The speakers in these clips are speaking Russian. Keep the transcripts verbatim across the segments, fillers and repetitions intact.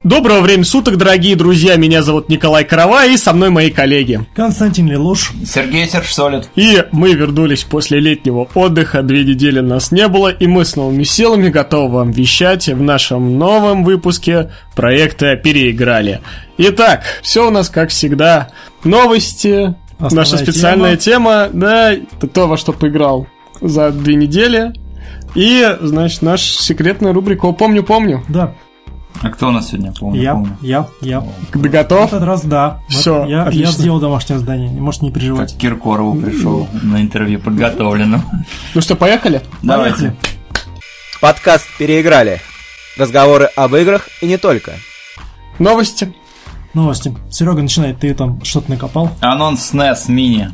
Доброго времени суток, дорогие друзья, меня зовут Николай Карава, и со мной мои коллеги Константин Лелуш, Сергей Сержсолид. И мы вернулись после летнего отдыха, две недели нас не было, и мы с новыми силами готовы вам вещать в нашем новом выпуске проекта «Переиграли». Итак, все у нас, как всегда, новости, основная наша специальная тема, тема да, это то, во что поиграл за две недели, и, значит, наша секретная рубрика «Помню-помню». Да. А кто у нас сегодня? Помню, я, помню. я, я. Ты готов? В этот раз да. Все, я, отлично. Я сделал домашнее задание, можешь не переживать. Как к Киркорову пришел на интервью подготовленным. Ну что, поехали? Давайте. Подкаст «Переиграли». Разговоры об играх и не только. Новости. Новости. Серега, начинай, ты там что-то накопал? Анонс эс эн и эс Mini.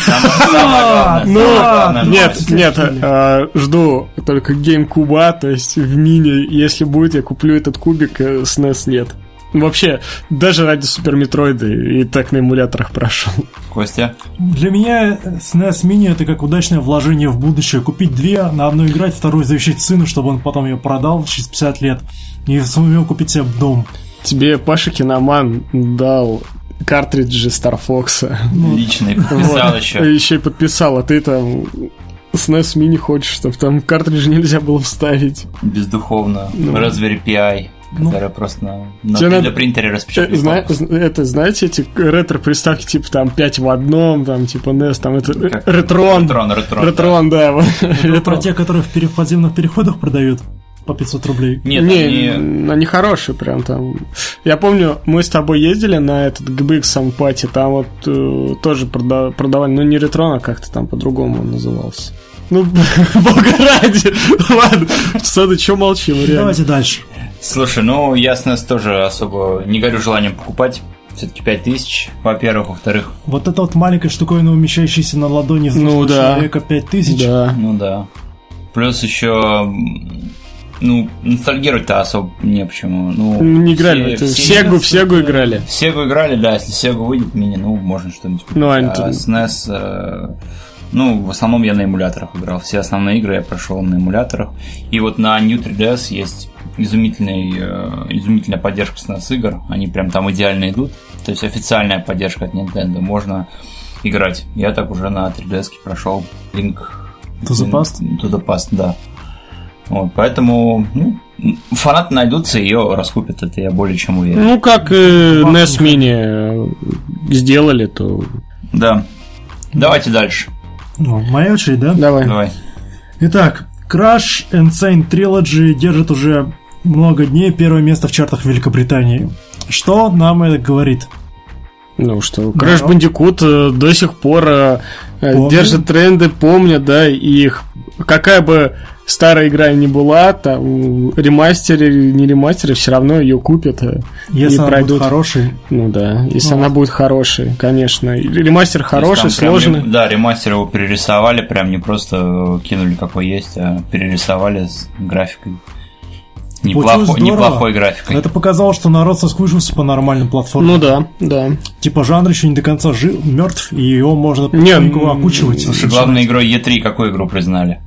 Ну, нет, нет, жду только GameCube, то есть в мини, если будет, я куплю этот кубик, эс эн и эс нет. Вообще, даже ради Супер Метроида и так на эмуляторах прошел. Костя? Для меня эс эн и эс Mini это как удачное вложение в будущее. Купить две, на одну играть, вторую завещать сыну, чтобы он потом ее продал через пятьдесят лет и сумел купить себе дом. Тебе Паша Киноман дал картриджи Star Fox. Ну, лично и подписал вот. еще. Еще и подписал, а ты там эс эн и эс Mini хочешь, чтобы там картриджи нельзя было вставить. Бездуховно. Ну. Raspberry Pi, ну. которая просто на, на три дэ принтере распечатали. Зна- это, знаете, эти ретро-приставки, типа там пять в одном, там типа эн и эс, там это как? Ретрон. Ретрон, ретрон. Ретрон, да. Это про те, которые в подземных переходах продают. По пятьсот рублей. Нет, не, они... они хорошие прям там. Я помню, мы с тобой ездили на этот джи би икс Сампати, там вот э, тоже прода- продавали, но не Ретрон, а как-то там по-другому он назывался. Ну, бога ради. Ладно, Сада, чё молчим, реально. Давайте дальше. Слушай, ну, я эс эн и эс тоже особо не горю желанием покупать. Все-таки пять тысяч, во-первых, во-вторых. Вот эта вот маленькая штуковина, умещающаяся на ладони взрослого ну, да. человека, пять тысяч. Да. Ну да. Плюс еще... Ну, ностальгировать-то особо не почему. Ну, не играли, все, в Сегу, в Сегу играли. В Сегу играли, да, если Сегу выйдет мини, ну, можно что-нибудь купить. Ну, а эс эн и эс, э, ну, в основном я на эмуляторах играл. Все основные игры я прошел на эмуляторах. И вот на New три ди эс есть изумительный, э, изумительная поддержка эс эн и эс игр. Они прям там идеально идут. То есть официальная поддержка от Nintendo. Можно играть. Я так уже на три ди эс прошел Link to the Past. To the Past, да. Вот, поэтому ну, фанаты найдутся и ее раскупят, это я более чем уверен. Ну, как э, эн и эс Mini сделали, то... Да. Давайте дальше. Ну, моя очередь, да? Давай. Давай. Итак, Crash Insane Trilogy держит уже много дней первое место в чартах Великобритании. Что нам это говорит? Ну что, Crash Bandicoot э, до сих пор э, держит тренды, помнят, да, и их какая бы старая игра ни была, там ремастеры, не ремастеры, все равно ее купят. Если и она пройдут. будет хорошей. Ну да, если ну. она будет хорошей, конечно. Ремастер хороший, сложный. Прям, да, ремастер его перерисовали, прям не просто кинули какой есть, а перерисовали с графикой. Неплохой, неплохой графикой. Это показало, что народ соскучился по нормальным платформам. Ну да, да. Типа жанр еще не до конца жив, мертв, и его можно потихоньку окучивать. Слушай, главной игрой и три какую игру признали?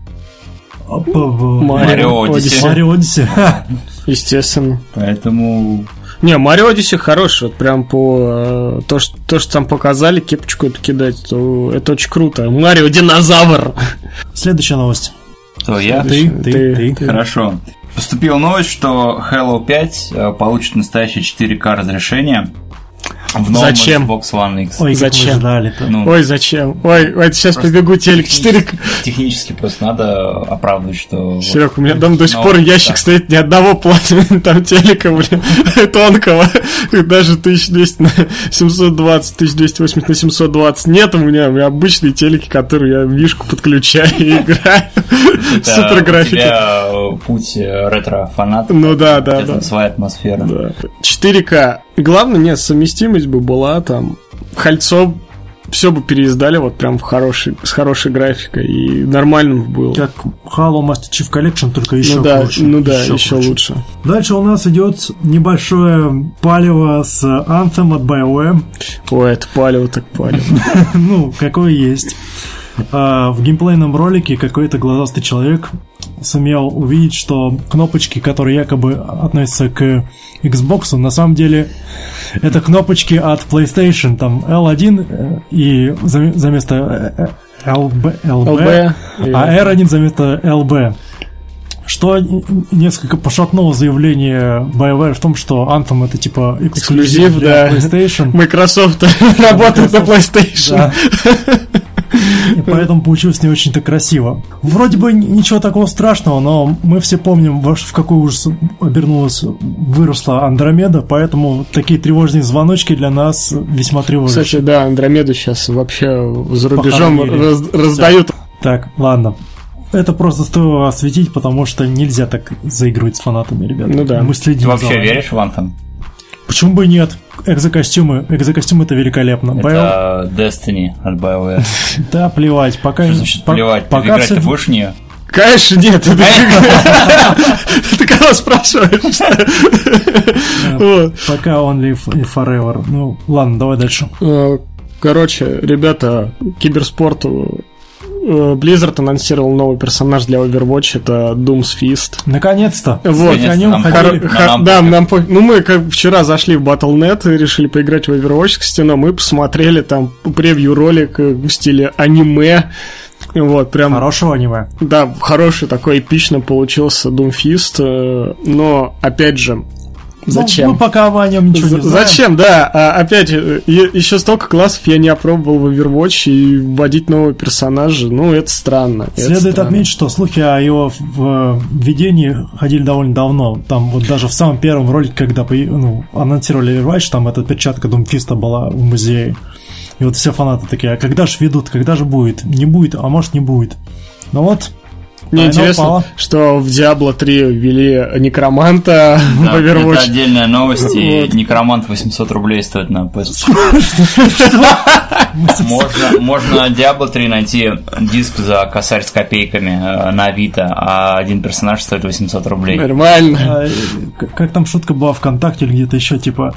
Марио Одиссе. Марио Одиссе. Естественно. Поэтому... Не, Марио Одиссе хороший, вот прям по то, что, то, что там показали, кепочку эту кидать, то это очень круто. Марио Динозавр. Следующая новость. Кто, я? Ты, ты, ты, ты. Хорошо. Поступила новость, что Halo пять получит настоящее четыре ка разрешение в новом зачем? Xbox One X. Ой, зачем? Ну, Ой, зачем? Ой, ой, сейчас побегу телек четыре ка. Технически просто надо оправдывать, что... Серег, у меня дома до сих пор ящик стоит ни одного платина, там телека, блин, тонкого. Даже тысяча двести на семьсот двадцать, тысяча двести восемьдесят на семьсот двадцать нет у меня. У меня обычные телеки, которые я вишку подключаю и играю. Супер графики. У тебя путь ретро-фаната. Ну да, да, да. Своя атмосфера. четыре ка. Главное, нет, совместимость бы была там. Хальцо все бы переиздали вот прям в хороший, с хорошей графикой и нормальным было. Как Halo Master Chief Collection, только еще ну да, круче. Ну да, еще, еще лучше. лучше. Дальше у нас идет небольшое палево с Anthem от BioWare. Ой, это палево так палево. Ну, какое есть. В геймплейном ролике какой-то глазастый человек сумел увидеть, что кнопочки, которые якобы относятся к Xbox, на самом деле это кнопочки от PlayStation, там эл один и за место эл би, эл би, а эр один за место эл би. Что несколько пошатнуло заявление BioWare в том, что Anthem это типа эксклюзив, эксклюзив для да. PlayStation. Microsoft работает на PlayStation. Да. И поэтому получилось не очень-то красиво. Вроде бы ничего такого страшного, но мы все помним, в какой ужас обернулась, выросла Андромеда, поэтому такие тревожные звоночки для нас весьма тревожные. Кстати, да, Андромеду сейчас вообще за рубежом раз, раздают. Так, ладно. Это просто стоило осветить, потому что нельзя так заигрывать с фанатами, ребята. Ну да. Мы следим. Ты вообще веришь в Anthem? Почему бы и нет? Экзокостюмы. Экзокостюмы это великолепно. Это Bio... Destiny от BioWare. Да, плевать. Пока... Что значит плевать? Ты играть ты будешь в нее? Конечно, нет. Ты кого спрашиваешь? Пока only forever. Ну, ладно, давай дальше. Короче, ребята, киберспорту Blizzard анонсировал новый персонаж для Overwatch, это Doom's Fist. Наконец-то! Вот, о нем нам ходили. Хор... нам да, нам по... Ну, мы как вчера зашли в батл точка нет и решили поиграть в Overwatch с Костяном, мы посмотрели там превью-ролик в стиле аниме. Вот, прям... Хорошего аниме. Да, хороший такой, эпично получился Doom Fist, но, опять же, зачем? Ну, мы пока о нем ничего не знаем. Зачем, да. А, опять, еще столько классов я не опробовал в Overwatch, и вводить нового персонажа, ну, это странно. Следует это странно. отметить, что слухи о его введении ходили довольно давно. Там вот даже в самом первом ролике, когда ну, анонсировали Overwatch, там эта перчатка Doom Fist была в музее. И вот все фанаты такие, а когда же ведут, когда же будет? Не будет, а может не будет. Ну вот... Мне интересно, упала. Что в Diablo три ввели некроманта да, в Overwatch. Это отдельная новость, и вот. Некромант восемьсот рублей стоит на пи эс Можно, можно Diablo три найти диск за косарь с копейками на Авито, а один персонаж стоит восемьсот рублей. Нормально. А, как там шутка была ВКонтакте или где-то еще, типа...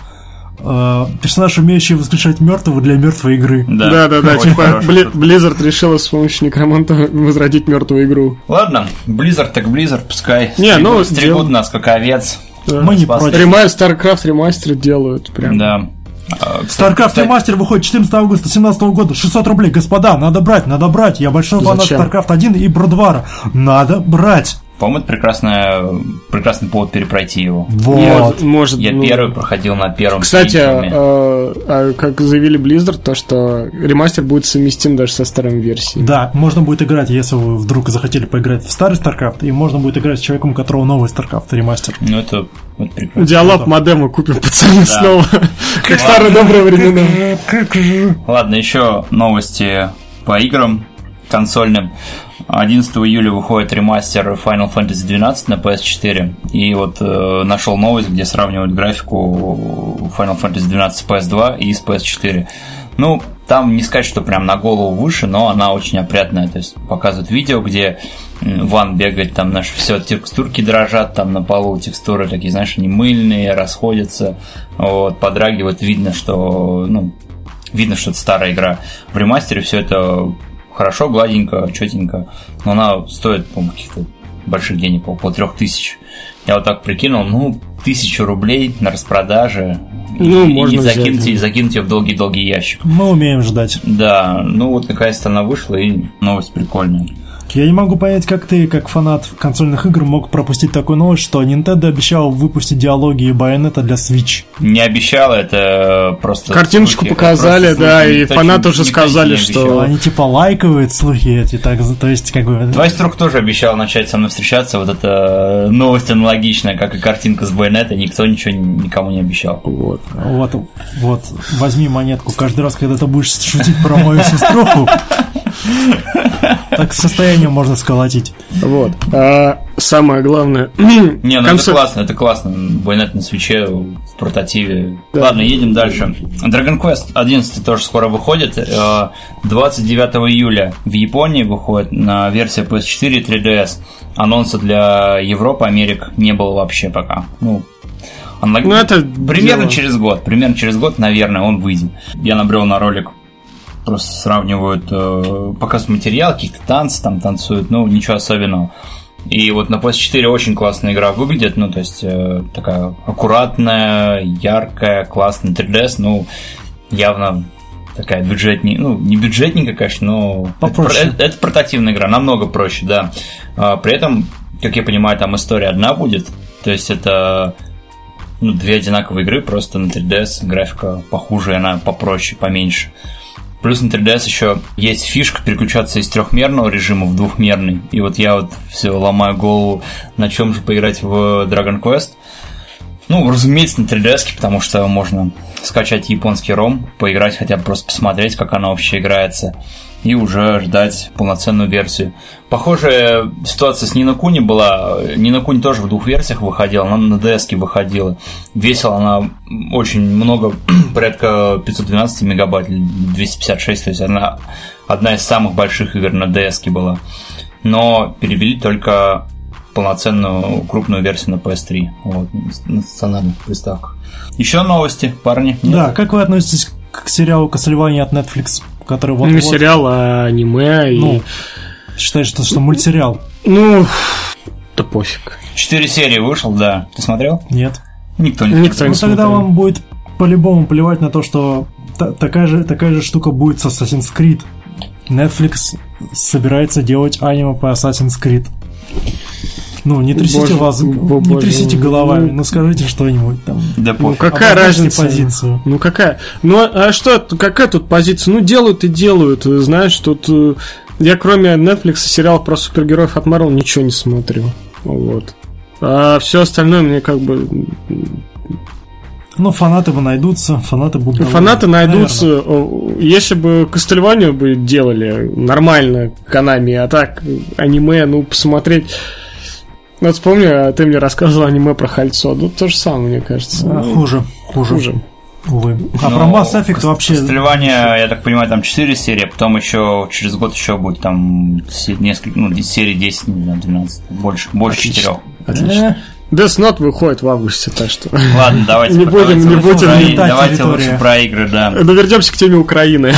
Uh, персонаж, умеющий воскрешать мертвого для мертвой игры. Да, да, да. Типа Blizzard решила с помощью некроманта возродить мертвую игру. Ладно, Blizzard так Blizzard, пускай. Не, стригут, ну стригут нас как овец. Да. Мы не против. StarCraft ремастер делают прям. Да. StarCraft ремастер выходит четырнадцатого августа две тысячи семнадцатого года. шестьсот рублей, господа, надо брать, надо брать. Я большой фанат StarCraft один и Бродвара. Надо брать. По-моему, это прекрасная, прекрасный повод перепройти его. Вот. Я, Может, я ну... первый проходил на первом. Кстати, а, а, как заявили Blizzard, то что ремастер будет совместим даже со старой версией. Да, можно будет играть, если вы вдруг захотели поиграть в старый StarCraft, и можно будет играть с человеком, у которого новый StarCraft ремастер. Ну, это, это прекрасно. Диалог модема купим, пацаны, да. Снова. Как старые добрые времена. Ладно, еще новости по играм консольным. одиннадцатого июля выходит ремастер Final Fantasy двенадцать на пи эс четыре. И вот э, нашел новость, где сравнивают графику Final Fantasy двенадцать с пи эс два и с пи эс четыре. Ну, там не сказать, что прям на голову выше, но она очень опрятная. То есть показывают видео, где Ван бегает, там наши все текстурки дрожат, там на полу текстуры такие, знаешь, они мыльные, расходятся, вот, подрагивают. Видно, что, ну, видно, что это старая игра. В ремастере все это хорошо, гладенько, четенько, но она стоит, по-моему, каких-то больших денег, около трех тысяч. Я вот так прикинул, ну, тысячу рублей на распродаже, ну, и, можно и закинуть, взять, и закинуть ее в долгий-долгий ящик. Мы умеем ждать. Да, ну вот наконец-то она вышла, и новость прикольная. Я не могу понять, как ты, как фанат консольных игр, мог пропустить такую новость, что Nintendo обещал выпустить диалоги Bayonetta для Switch. Не обещала, это просто... Картиночку слухи, показали, просто да, слухи, и фанаты уже сказали, что... Они типа лайкают слухи эти, так, то есть как бы... Твайструк тоже обещал начать со мной встречаться, вот эта новость аналогичная, как и картинка с Bayonetta, никто ничего никому не обещал. Вот, вот, вот, возьми монетку каждый раз, когда ты будешь шутить про мою сеструху. Так состояние можно сколотить. Вот. А самое главное... Не, ну консоль... это классно, это классно. Байонет на свитче, в портативе. Да. Ладно, едем дальше. Dragon Quest одиннадцать тоже скоро выходит. двадцать девятого июля в Японии выходит на версия пи эс четыре и три ди эс. Анонса для Европы, Америк не было вообще пока. Ну, она... ну это примерно дело. через год. Примерно через год, наверное, он выйдет. Я набрел на ролик. Просто сравнивают, э, показывают материал, каких-то танцы там танцуют, ну, ничего особенного. И вот на пи эс четыре очень классная игра выглядит, ну, то есть э, такая аккуратная, яркая, классная три ди эс, ну, явно такая бюджетнее, ну, не бюджетненькая, конечно, но попроще. Это, это, это портативная игра, намного проще, да. А, при этом, как я понимаю, там история одна будет, то есть это ну, две одинаковые игры, просто на три ди эс графика похуже, она попроще, поменьше. Плюс на три ди эс еще есть фишка переключаться из трехмерного режима в двухмерный. И вот я вот все ломаю голову, на чем же поиграть в Dragon Quest. Ну, разумеется, на три ди эс, потому что можно скачать японский ром, поиграть, хотя бы просто посмотреть, как она вообще играется, и уже ждать полноценную версию. Похожая ситуация с Ни но Куни была. Ни но Куни тоже в двух версиях выходила, она на ди эс-ке выходила. Весила она очень много, порядка пятьсот двенадцать мегабайт, двести пятьдесят шесть, то есть она одна из самых больших игр на ди эс-ке была. Но перевели только полноценную крупную версию на пи эс три, вот, на стационарных приставках. Еще новости, парни? Нет? Да, как вы относитесь к сериалу Castlevania от Netflix, который вот... Не сериал, а аниме. Ну, и... считаешь, что, что мультсериал? Ну, да пофиг. Четыре серии вышел, да. Ты смотрел? Нет. Никто не Никто смотрел. не Ну, тогда смотрел. вам будет по-любому плевать на то, что та- такая же, такая же штука будет с Assassin's Creed. Netflix собирается делать аниме по Assassin's Creed. Ну, не трясите Боже, вас, бо- не боже, трясите ну, головами, ну, ну скажите что-нибудь там. Да Ну пофиг. какая Обозначьте разница? позицию. Ну какая? Ну а что, какая тут позиция? Ну делают и делают, знаешь, тут э, я кроме Netflix сериалов про супергероев от Marvel ничего не смотрел. Вот. А все остальное мне как бы... Ну, фанаты бы найдутся, фанаты будут... довольны. Фанаты найдутся. Наверное. Если бы Castlevania бы делали нормально Konami, а так аниме, ну посмотреть... Вот вспомни, ты мне рассказывал аниме про Хальцо. Ну, то же самое, мне кажется. А, хуже, хуже, Хуже. увы. А Ну, про Mass Effect вообще... Castlevania, я так понимаю, там четыре серии, потом еще через год еще будет там се- несколько, ну, серий десять, не знаю, двенадцать, больше, больше Отлично. четырех. Отлично. Death Note выходит в августе, так что... Ладно, давайте Не пока будем- лучше не про будем Украину, летать давайте территория. лучше про игры, да. Ну, вернемся к теме Украины.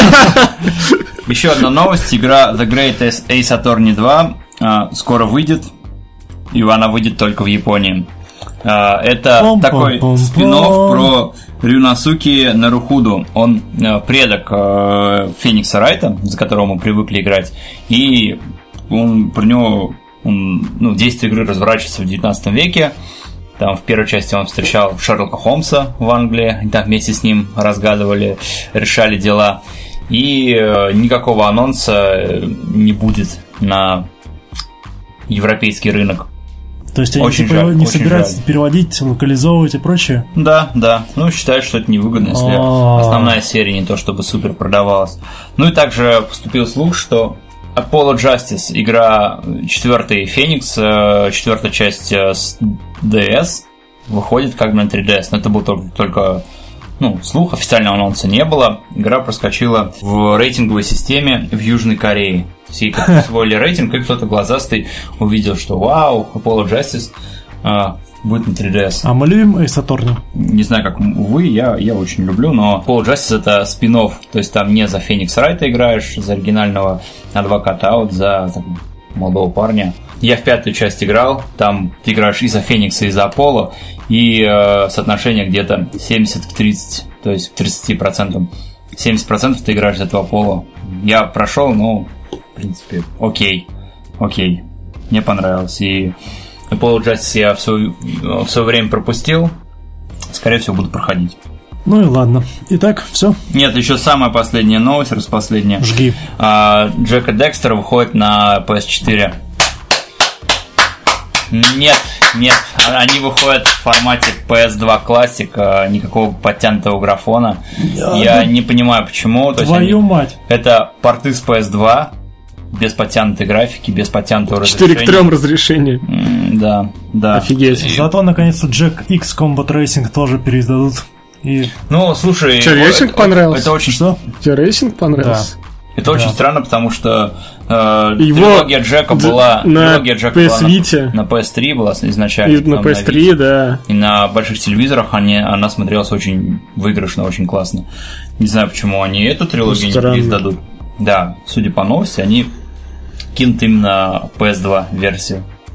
Еще одна новость, игра The Great Ace Attorney два а, скоро выйдет, и она выйдет только в Японии. А, это Пом-пом-пом-пом. такой спин-офф про Рюносуки Нарухуду. Он а, предок а, Феникса Райта, за которого мы привыкли играть, и он про него, он, ну, действие игры разворачивается в девятнадцатом веке. Там в первой части он встречал Шерлока Холмса в Англии, и там вместе с ним разгадывали, решали дела. И э, никакого анонса не будет на европейский рынок. То есть они Очень типа, жаль, не очень собираются жаль. переводить, локализовывать и прочее? Да, да. Ну, считают, что это невыгодно, если А-а-а. основная серия не то чтобы супер продавалась. Ну и также поступил слух, что Apollo Justice, игра четвертый Феникс, э, четвертая часть э, с ди эс, выходит как бы на три ди эс. Но это был только, только ну, слух, официального анонса не было. Игра проскочила в рейтинговой системе в Южной Корее. Все как присвоили рейтинг, и кто-то глазастый увидел, что вау, Apollo Justice э, будет на три ди эс. А мы любим Ace Attorney. Не знаю, как вы, я, я очень люблю, но Apollo Justice это спин-офф, то есть там не за Феникс Райта играешь, за оригинального адвоката, а вот за там, молодого парня. Я в пятую часть играл, там ты играешь и за Феникса, и за Аполло, и э, соотношение где-то семьдесят к тридцати, то есть к тридцати процентам. семьдесят процентов ты играешь за этого Аполло. Я прошел, но, в принципе, окей, окей, мне понравилось. И Apollo Justice я в свое, в свое время пропустил, скорее всего, буду проходить. Ну и ладно. Итак, все. Нет, еще самая последняя новость, распоследняя. Жги. А, Джек и Декстер выходит на пи эс четыре. Нет, нет, они выходят в формате пи эс два Classic, а, никакого подтянутого графона. Я, Я да, не понимаю, почему. То есть твою они- мать. это порты с пи эс два, без подтянутой графики, без подтянутого четыре к разрешения. трем разрешение. М, Да, да. Офигеть. И- Зато наконец-то Jack X Combat Racing тоже переиздадут. И Ну, слушай, Чё, рейсинг это- понравился? Это очень что? Тебе рейсинг понравился? Это очень Да. странно, потому что э, Его трилогия Джека д- была, на трилогия Джека пи эс была Vita. на, на пи эс три была изначально. И на там пи эс три, Vita. да. И на больших телевизорах они, она смотрелась очень выигрышно, очень классно. Не знаю, почему они эту трилогию Странно. не издадут. Да, судя по новости, они кинут именно пи эс два версию.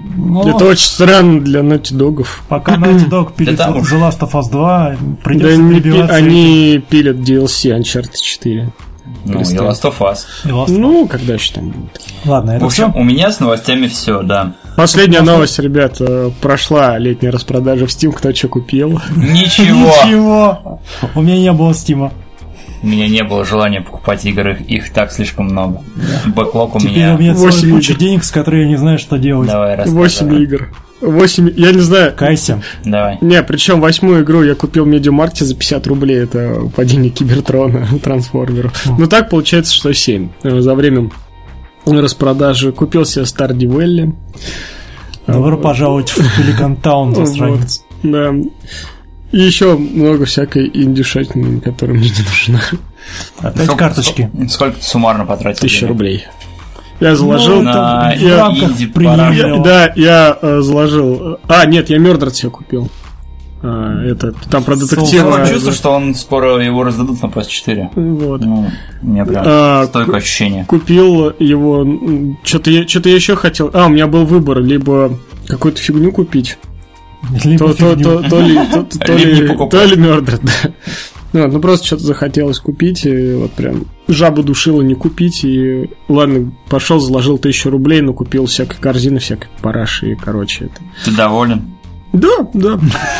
Но Это очень странно для Naughty Dog'ов. пока Naughty Dog пилит Да там The Last of Us два, Да придется они, пи- перебиваться они пилят ди эл си Uncharted четыре. Ну, и Представь. Last of Us. этим. И Last of Us. Ну, когда еще там будет. Ладно, В это общем, все. у меня с новостями все, да. Последняя новость, ребят. э, Прошла летняя распродажа в Steam. Кто что купил? Ничего. Ничего. У меня не было Стима. У меня не было желания покупать игры, их так слишком много. Бэклог у Теперь меня. у меня целая восемь куча игр. денег, с которой я не знаю, что делать. Давай, рассказывай. восемь игр. восемь, я не знаю. Кайся. Давай. Не, причем восьмую игру я купил в Медиамаркте за пятьдесят рублей. Это падение Кибертрона, трансформеров. Ну так получается, что семь. Э, За время распродажи купил себе Stardew Valley. Добро пожаловать в Pelican Town, засранец. Вот, да. И еще много всякой индюшатины, которая мне не нужна. Опять Сколько- карточки. сколько- Сколько ты суммарно потратил? Тысяча денег? рублей. Я заложил... Ну, На это в я- рамках инди приемлемого. параметров. Я- да, я э, заложил... А, нет, я Murdered себе купил. А, это, там про детектива... Такое чувство, что он скоро его раздадут на пи эс четыре. Вот. Ну, у меня прям А, стойкое ощущение. Купил его... Что-то я, что-то я еще хотел... А, у меня был выбор, либо какую-то фигню купить, Либо то, то, фигню. то, то ли, то, то, Либо не ли, покупать. то ли Murdered, да. Ну, ну, просто что-то захотелось купить, и вот прям жабу душила не купить, и ладно, пошел, заложил тысячу рублей, но купил всякой корзины, всякой параши, и, короче, это... Ты доволен? Да, да.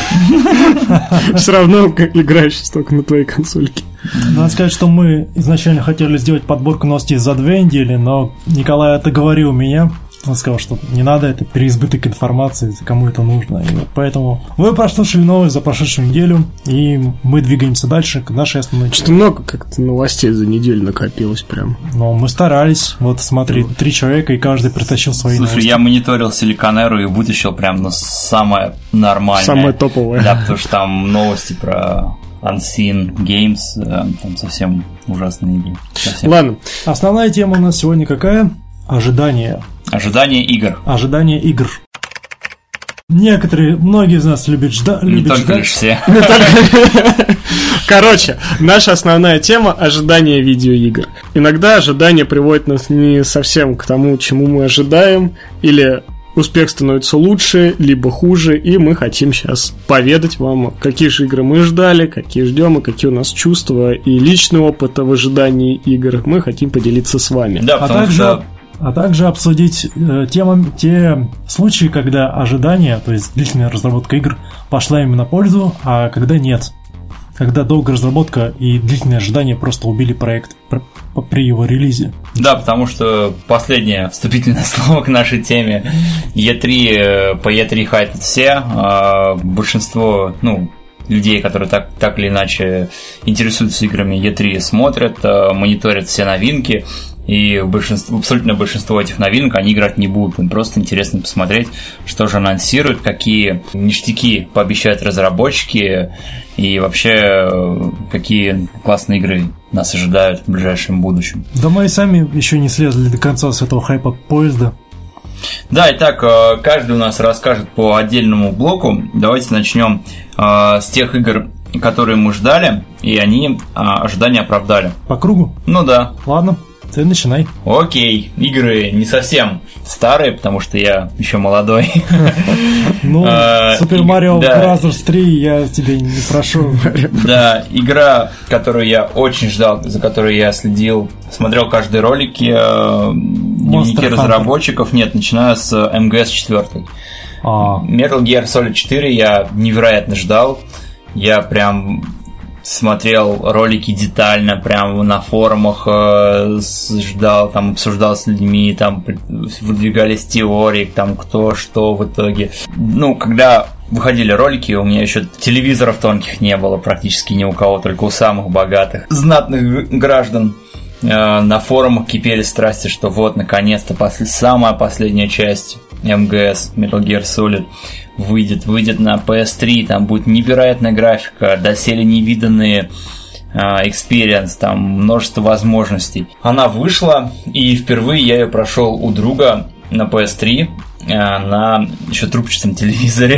Все равно играешь только на твоей консольке. Надо сказать, что мы изначально хотели сделать подборку новостей за две недели, но Николай отоговорил меня. Он сказал, что не надо, это переизбыток информации, кому это нужно. И вот поэтому вы прослушали новость за прошедшую неделю, и мы двигаемся дальше к нашей основной Что-то много как-то новостей за неделю накопилось прям. Но мы старались. Вот смотри, три человека, и каждый притащил свои Слушай, новости. я мониторил Силиконеру и вытащил прям ну, самое нормальное. Самое топовое. Да, потому что там новости про Unseen Games, э, там совсем ужасные игры. Совсем. Ладно, Основная тема у нас сегодня какая? Ожидание. Ожидание игр. Ожидание игр. Некоторые, многие из нас любят, жда- Не любят только ждать. лишь все. короче, наша основная тема – ожидание видеоигр. Иногда ожидание приводит нас не совсем к тому, чему мы ожидаем, или успех становится лучше, либо хуже, и мы хотим сейчас поведать вам, какие же игры мы ждали, какие ждем, и какие у нас чувства и личный опыт в ожидании игр. Мы хотим поделиться с вами. Да, А потому также, что а также обсудить э, темам, те случаи, когда ожидание, то есть длительная разработка игр, пошла им на пользу, а когда нет. Когда долгая разработка и длительное ожидание просто убили проект пр- при его релизе. Да, потому что последнее вступительное слово к нашей теме. и три, э, по и три хайпят все. а Большинство, ну, людей, которые так, так или иначе интересуются играми и три, смотрят, э, мониторят все новинки. И большинство, абсолютно большинство этих новинок они играть не будут. Им просто интересно посмотреть, что же анонсируют, какие ништяки пообещают разработчики и вообще какие классные игры нас ожидают в ближайшем будущем. Да мы и сами еще не слезли до конца с этого хайпа поезда. Да, итак, каждый у нас расскажет по отдельному блоку. Давайте начнем с тех игр, которые мы ждали, и они ожидания оправдали. По кругу? Ну да. Ладно, ты начинай. Окей, игры не совсем старые, потому что я еще молодой. Ну, А, Super и- Mario да. Bros. три я тебе не прошу. Да, игра, которую я очень ждал, за которой я следил, смотрел каждые ролики, э, дневники Monster Hunter. разработчиков, нет, начиная с эм джи эс четыре. А, Metal Gear Solid четыре я невероятно ждал, я прям смотрел ролики детально, прям на форумах э, с- ждал, там обсуждал с людьми, там при- выдвигались теории, там кто что в итоге. Ну, когда выходили ролики, у меня еще телевизоров тонких не было практически ни у кого, только у самых богатых знатных г- граждан. Э, на форумах кипели страсти, что вот, наконец-то, после, самая последняя часть эм джи эс, Metal Gear Solid, выйдет, выйдет на пи эс три, там будет невероятная графика, доселе невиданные экспириенс, там множество возможностей. Она вышла, и впервые я ее прошел у друга на пи эс три. на еще трубчатом телевизоре.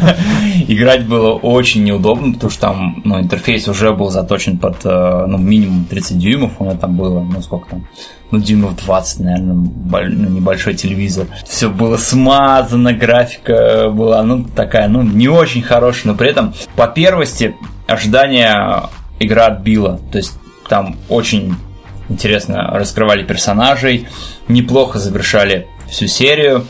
Играть было очень неудобно, потому что там ну, интерфейс уже был заточен под ну, минимум тридцать дюймов, у меня там было, ну сколько там, ну дюймов двадцать, наверное, ну, небольшой телевизор. Все было смазано, графика была, ну такая, ну не очень хорошая, но при этом по первости ожидания игра отбила, то есть там очень интересно раскрывали персонажей, неплохо завершали всю серию.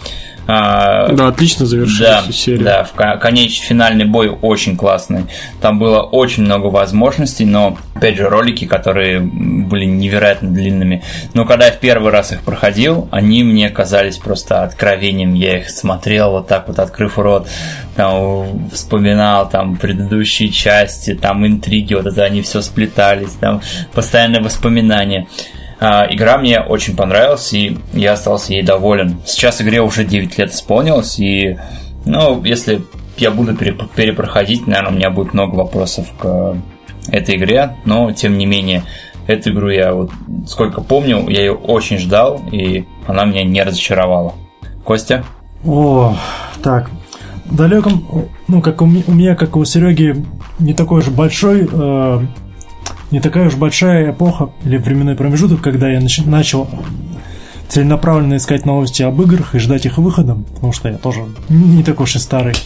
Да, отлично завершили да, всю серию. Да, в конечный финальный бой очень классный. Там было очень много возможностей, но, опять же, ролики, которые были невероятно длинными. Но когда я в первый раз их проходил, они мне казались просто откровением. Я их смотрел вот так вот, открыв рот, там, вспоминал там предыдущие части, там интриги, вот это они все сплетались, там постоянные воспоминания. Игра мне очень понравилась, и я остался ей доволен. Сейчас игре уже девять лет исполнилось, и, ну, если я буду перепроходить, наверное, у меня будет много вопросов к этой игре, но, тем не менее, эту игру я вот, сколько помню, я ее очень ждал, и она меня не разочаровала. Костя? О, так, в далеком, ну, как у меня, как у Сереги, не такой уж большой... Э- Не такая уж большая эпоха или временной промежуток, когда я нач- начал целенаправленно искать новости об играх и ждать их выхода, потому что я тоже не такой уж и старый.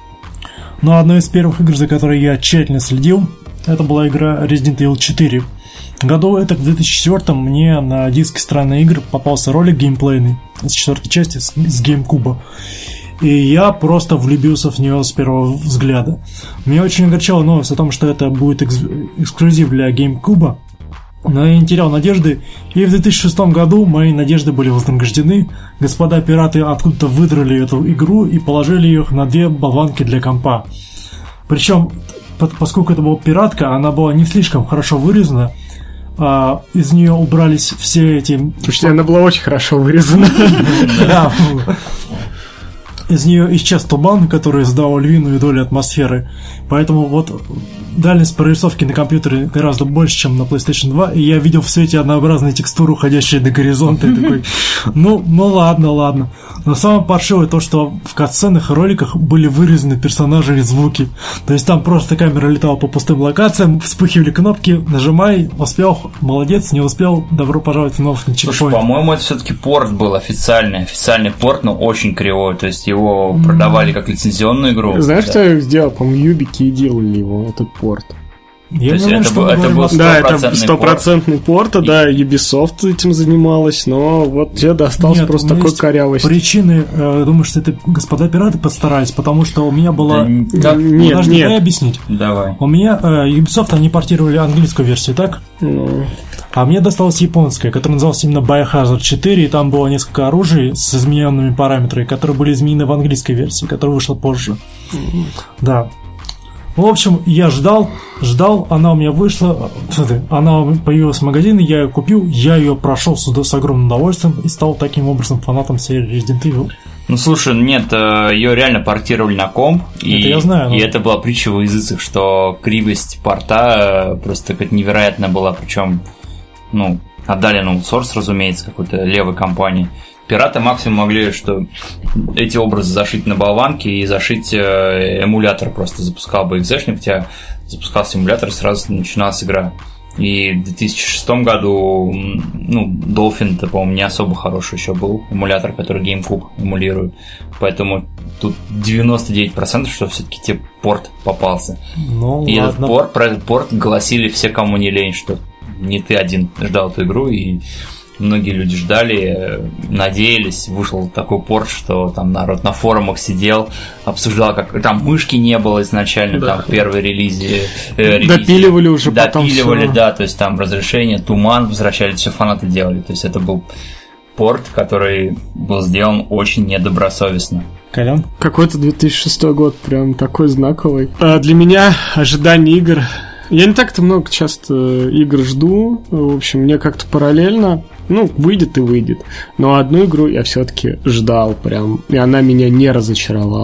Но одной из первых игр, за которой я тщательно следил, это была игра Resident Evil четыре. Году это в две тысячи четвёртом мне на диске «Странные игры» попался ролик геймплейный из четвертой части с, с GameCube. И я просто влюбился в нее с первого взгляда. Меня очень огорчала новость о том, что это будет экс- эксклюзив для GameCube, но я не терял надежды, и в две тысячи шестом году мои надежды были вознаграждены. Господа пираты откуда-то выдрали эту игру и положили ее на две болванки для компа. Причем, поскольку это была пиратка, она была не слишком хорошо вырезана, а из нее убрались все эти... Слушайте, она была очень хорошо вырезана. Да. Из нее исчез туман, который сдал львиную долю атмосферы. Поэтому вот дальность прорисовки на компьютере гораздо больше, чем на PlayStation два. И я видел в свете однообразные текстуры, уходящие до горизонта. И такой, ну, ну ладно, ладно. Но самое паршивое то, что в катсценах и роликах были вырезаны персонажи и звуки. То есть там просто камера летала по пустым локациям, вспыхивали кнопки, нажимай, успел, молодец, не успел, добро пожаловать в новый чекпоинт. Слушай, по-моему, это все-таки порт был официальный, официальный порт, но очень кривой. То есть его mm. продавали как лицензионную игру. Знаешь, да. что я сделал? По-моему, Юбики и делали его, этот порт. Я То есть думаю, это, что был, это был да, это стопроцентный порт, порт, да, Ubisoft этим занималась, но вот тебе достался Нет, просто такой корявость. Причины, э, думаю, что это господа пираты постарались, потому что у меня была... Да, да, нет, подожди, нет. дай объяснить. Давай. У меня э, Ubisoft, они портировали английскую версию, так? Ну... А мне досталась японская, которая называлась именно Biohazard четыре, и там было несколько оружий с измененными параметрами, которые были изменены в английской версии, которая вышла позже. Mm-hmm. Да. В общем, я ждал, ждал, она у меня вышла, она появилась в магазине, я ее купил, я ее прошел с, с огромным удовольствием и стал таким образом фанатом серии Resident Evil. Ну слушай, нет, ее реально портировали на комп, и, это я знаю, но... и это была притча во языцах, что кривость порта просто как невероятная была, причем, ну, отдали на аутсорс, разумеется, какой-то левой компании. Пираты максимум могли, что эти образы зашить на болванке и зашить эмулятор, просто запускал бы экзешник, у тебя запускался эмулятор, и сразу начиналась игра. И в две тысячи шестом году, ну, Dolphin-то, по-моему, не особо хороший еще был эмулятор, который GameCube эмулирует. Поэтому тут девяносто девять процентов, что все-таки тебе порт попался. Ну, и ладно. этот порт, про этот порт голосили все, кому не лень, что не ты один ждал эту игру, и многие люди ждали, надеялись, вышел такой порт, что там народ на форумах сидел, обсуждал, как там мышки не было изначально, да, там в первой релизе, э, релизе допиливали уже допиливали, потом да, то есть там разрешение, туман возвращали, все фанаты делали, то есть это был порт, который был сделан очень недобросовестно. Колян? Какой-то две тысячи шестой год, прям такой знаковый. А для меня ожидание игр... Я не так-то много часто игр жду, в общем, мне как-то параллельно, ну, выйдет и выйдет. Но одну игру я все-таки ждал прям, и она меня не разочаровала.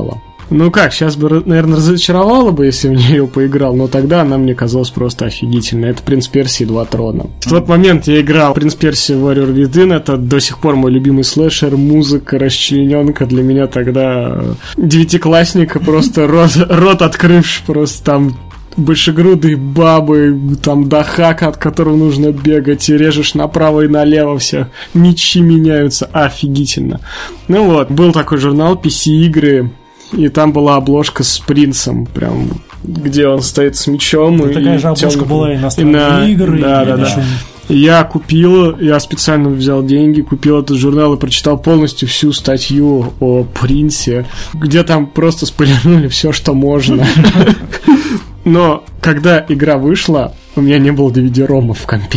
Ну как, сейчас бы, наверное, разочаровала бы, если в нее поиграл, но тогда она мне казалась просто офигительной. Это «Принц Персии. Два трона». В тот момент я играл «Принц Персии. Warrior Within», это до сих пор мой любимый слэшер, музыка, расчлененка. Для меня тогда девятиклассника, просто рот, рот открывший, просто там большегрудые бабы, там дахак, от которого нужно бегать, и режешь направо и налево всех, мечи меняются, офигительно. Ну вот, был такой журнал пи си-игры, и там была обложка с принцем, прям, где он стоит с мечом. Ну, и такая же обложка темный... была и на стороне на... игры. Да, и да, да. Я купил, я специально взял деньги, купил этот журнал и прочитал полностью всю статью о принце, где там просто спойлернули все, что можно. Но когда игра вышла, у меня не было ди ви ди-рома в компе.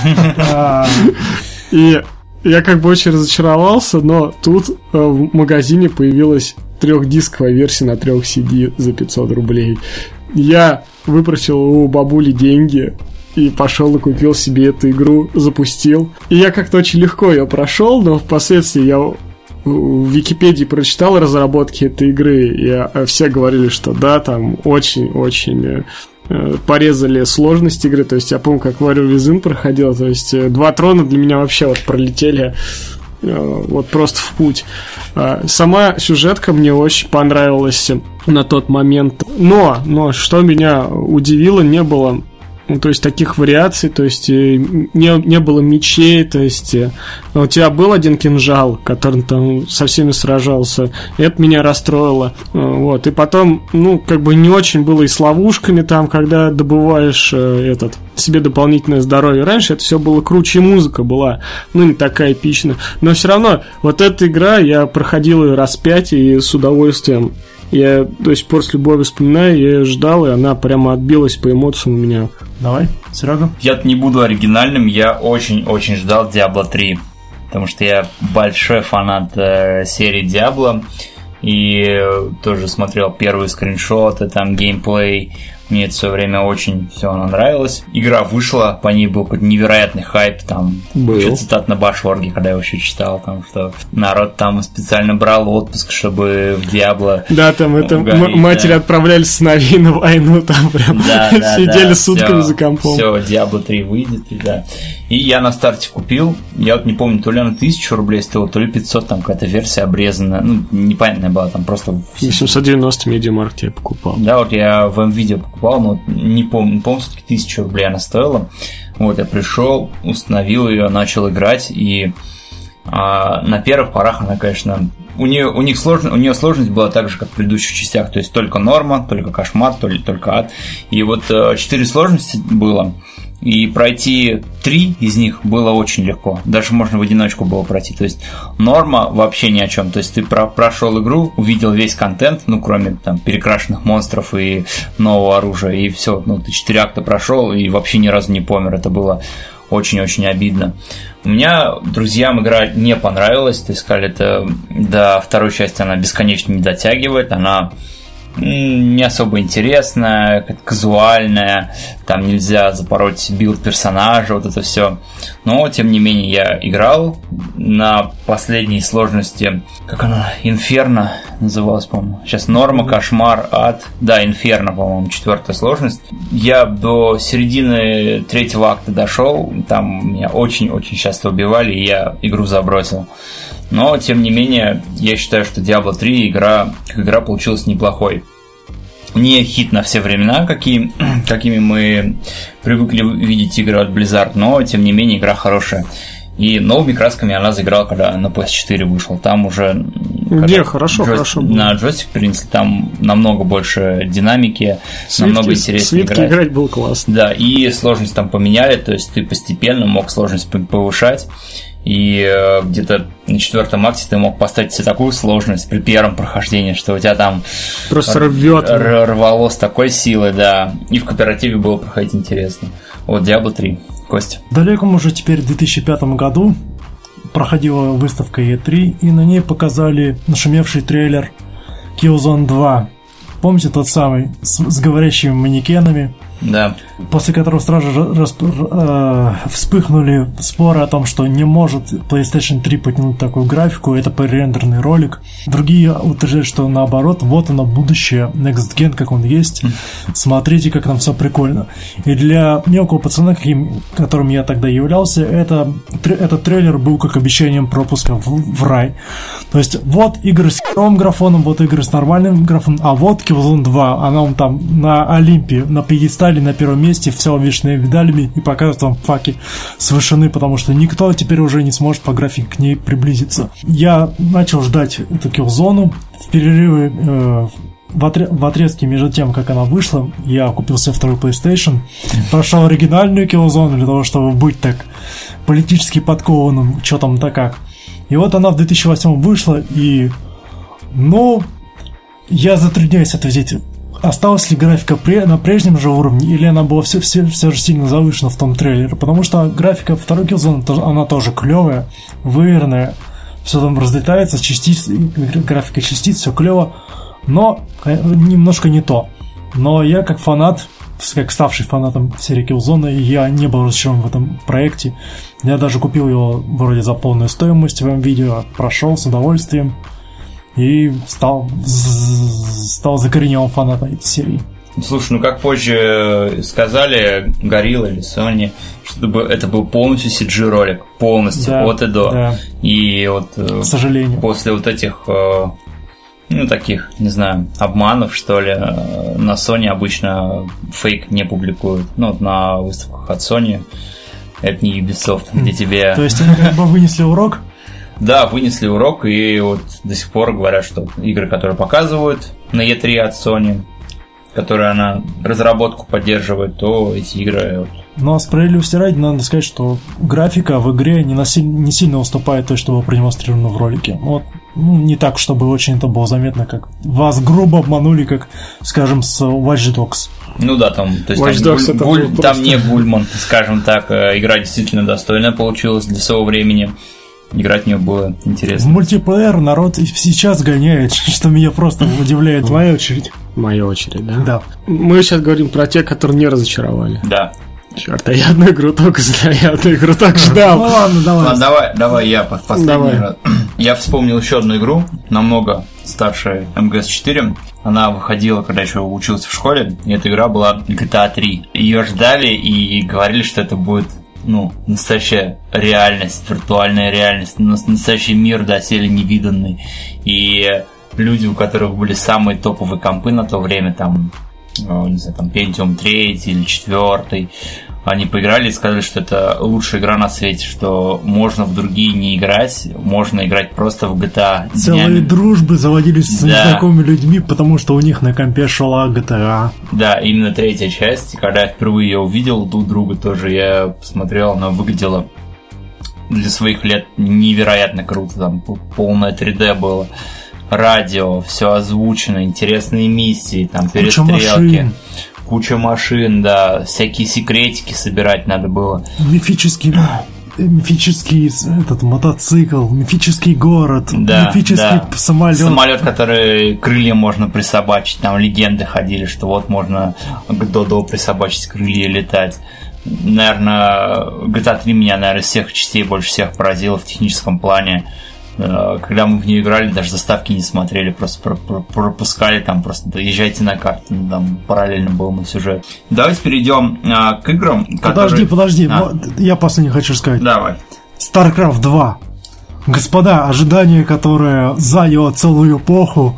И я как бы очень разочаровался, но тут в магазине появилась трехдисковая версия на трех си ди за пятьсот рублей. Я выпросил у бабули деньги и пошел и купил себе эту игру, запустил. И я как-то очень легко ее прошел, но впоследствии я в Википедии прочитал разработки этой игры, и все говорили, что да, там очень-очень порезали сложность игры. То есть я помню, как Warrior Within проходил, то есть два трона для меня вообще вот пролетели вот просто в путь. Сама сюжетка мне очень понравилась на тот момент. Но, но что меня удивило, не было... Ну, то есть таких вариаций, то есть не, не было мечей, то есть у тебя был один кинжал, который там со всеми сражался, и это меня расстроило, вот, и потом, ну, как бы не очень было и с ловушками там, когда добываешь этот, себе дополнительное здоровье. Раньше это все было круче, и музыка была, ну, не такая эпичная, но все равно, вот эта игра, я проходил ее раз пять и с удовольствием. Я до сих пор с любовью вспоминаю, я ее ждал, и она прямо отбилась по эмоциям у меня. Давай, Серега. Я не буду оригинальным, я очень-очень ждал Диабло три, потому что я большой фанат э, серии Диабло, и тоже смотрел первые скриншоты, там геймплей. Мне это все время очень все нравилось. Игра вышла, по ней был какой-то невероятный хайп, там, еще цитат на Башворге, когда я еще читал, там, что народ там специально брал отпуск, чтобы в Диабло. Да, там это м- матери да. отправляли сыновей на войну, там прям да, да, сидели да, сутками все, за компом. Все, Диабло три выйдет, и да. И я на старте купил, я вот не помню, то ли она тысячу рублей стоила, то ли пятьсот, там какая-то версия обрезанная, ну, непонятная была, там просто... восемьсот девяносто Медиамаркт я покупал. Да, вот я в М-видео покупал, но не помню, не помню, все-таки тысячу рублей она стоила. Вот, я пришел, установил ее, начал играть, и а, на первых порах она, конечно... У нее, у, них сложно, у нее сложность была так же, как в предыдущих частях, то есть только норма, только кошмар, только ад. И вот четыре сложности было, и пройти три из них было очень легко. Даже можно в одиночку было пройти. То есть норма вообще ни о чем. То есть ты про- прошел игру, увидел весь контент, ну кроме там перекрашенных монстров и нового оружия, и все. Ну ты четыре акта прошел и вообще ни разу не помер. Это было очень-очень обидно. У меня друзьям игра не понравилась, то есть сказали, это до второй части она бесконечно не дотягивает, она не особо интересная, казуальная, там нельзя запороть билд персонажа, вот это все. Но, тем не менее, я играл на последней сложности, как она, Инферно называлась, по-моему. Сейчас норма, кошмар, ад. Да, Инферно, по-моему, четвертая сложность. Я до середины третьего акта дошел, там меня очень-очень часто убивали, и я игру забросил. Но, тем не менее, я считаю, что Diablo три игра, как игра получилась неплохой. Не хит на все времена, какие, какими мы привыкли видеть игры от Blizzard, но, тем не менее, игра хорошая. И новыми красками она заиграла, когда на пи эс четыре вышел. Там уже... Не, хорошо, джойстик, хорошо. На джойстик перенесли, там намного больше динамики, свитки, намного интереснее играть. Свитки играть было классно. Да, и сложность там поменяли, то есть ты постепенно мог сложность повышать. И э, где-то на четвертом акте ты мог поставить себе такую сложность при первом прохождении, что у тебя там просто рвет, р- рвало с такой силой, да. И в кооперативе было проходить интересно. Вот Diablo три. Костя. В далеком уже теперь в две тысячи пятом году проходила выставка и три, и на ней показали нашумевший трейлер Killzone два. Помните тот самый с, с говорящими манекенами? Да. после которого сразу же расп... э, вспыхнули споры о том, что не может PlayStation три потянуть такую графику, это пререндерный ролик. Другие утверждают, что наоборот, вот оно будущее, Next Gen, как он есть, смотрите, как там все прикольно. И для мелкого пацана, каким, которым я тогда являлся, это, этот трейлер был как обещанием пропуска в, в рай. То есть вот игры с херовым графоном, вот игры с нормальным графоном, а вот Killzone два, она он там на Олимпе, на пьедестале, на первом месте, все увешанное медалями и показывает вам факи с вышины, потому что никто теперь уже не сможет по графике к ней приблизиться. Я начал ждать эту Killzone в перерывы, э, в, отре- в отрезке между тем, как она вышла. Я купил себе второй PlayStation, прошел оригинальную Killzone для того, чтобы быть так политически подкованным, что там да как. И вот она в две тысячи восьмом вышла, и ну, я затрудняюсь ответить, осталась ли графика на прежнем же уровне, или она была все, все, все же сильно завышена в том трейлере, потому что графика второй Killzone, она тоже клевая, выверенная, все там разлетается, частиц, графика частиц, все клево, но немножко не то. Но я как фанат, как ставший фанатом серии Killzone, я не был разочарован в этом проекте. Я даже купил его вроде за полную стоимость в видео, прошел с удовольствием и стал, стал закоренелым фанатом этой серии. Слушай, ну как позже сказали Gorilla или Sony, что это был полностью си джи ролик, полностью, да, от и до. Да. И вот к сожалению, после вот этих, ну таких, не знаю, обманов, что ли, на Sony обычно фейк не публикуют. Ну вот на выставках от Sony, это не Ubisoft, где тебе... То есть они как бы вынесли урок? Да, вынесли урок, и вот до сих пор говорят, что игры, которые показывают на и три от Sony, которые она разработку поддерживает, то эти игры... Но справедливости ради, надо сказать, что графика в игре не, насиль... не сильно уступает той, что было продемонстрировано в ролике. Вот, ну, не так, чтобы очень это было заметно, как вас грубо обманули, как, скажем, с Watch Dogs. Ну да, там, то есть там, гуль, гуль, там не Гульман, скажем так, игра действительно достойная получилась для своего времени. Играть в нее было интересно. В мультиплеер народ сейчас гоняет, что меня просто удивляет. Твоя очередь. Моя очередь, да? Да. Мы сейчас говорим про те, которые не разочаровали. Да. Черт, а я одну игру только знаю, я одну игру так ждал. Ну ладно, давай. Ладно, давай, давай я под последний давай. раз. Я вспомнил еще одну игру, намного старше эм джи эс четыре. Она выходила, когда еще учился в школе, и эта игра была джи ти эй три. Ее ждали и говорили, что это будет, ну, настоящая реальность, виртуальная реальность, настоящий мир доселе невиданный. И люди, у которых были самые топовые компы на то время, там, не знаю, там, Pentium три или четыре, они поиграли и сказали, что это лучшая игра на свете, что можно в другие не играть, можно играть просто в джи ти эй. Целые днями. Дружбы заводились с да. незнакомыми людьми, потому что у них на компе шла джи ти эй. Да, именно третья часть. Когда я впервые ее увидел друг друга тоже, я посмотрел, она выглядела для своих лет невероятно круто, там полное три дэ было. Радио, все озвучено, интересные миссии, там перестрелки. Куча машин, да, всякие секретики собирать надо было. Мифический, мифический этот мотоцикл, мифический город, да, мифический да. самолет. Самолет, который крылья можно присобачить, там легенды ходили, что вот можно к Додо присобачить крылья и летать. Наверное, джи ти эй три меня, наверное, из всех частей больше всех поразило в техническом плане. Когда мы в нее играли, даже заставки не смотрели, просто пропускали, там просто доезжайте на карту, там параллельно был на сюжет. Давайте перейдем а, к играм, которые... Подожди, подожди, а. я последний хочу сказать. Давай. StarCraft два. Господа, ожидание, которое заняло целую эпоху,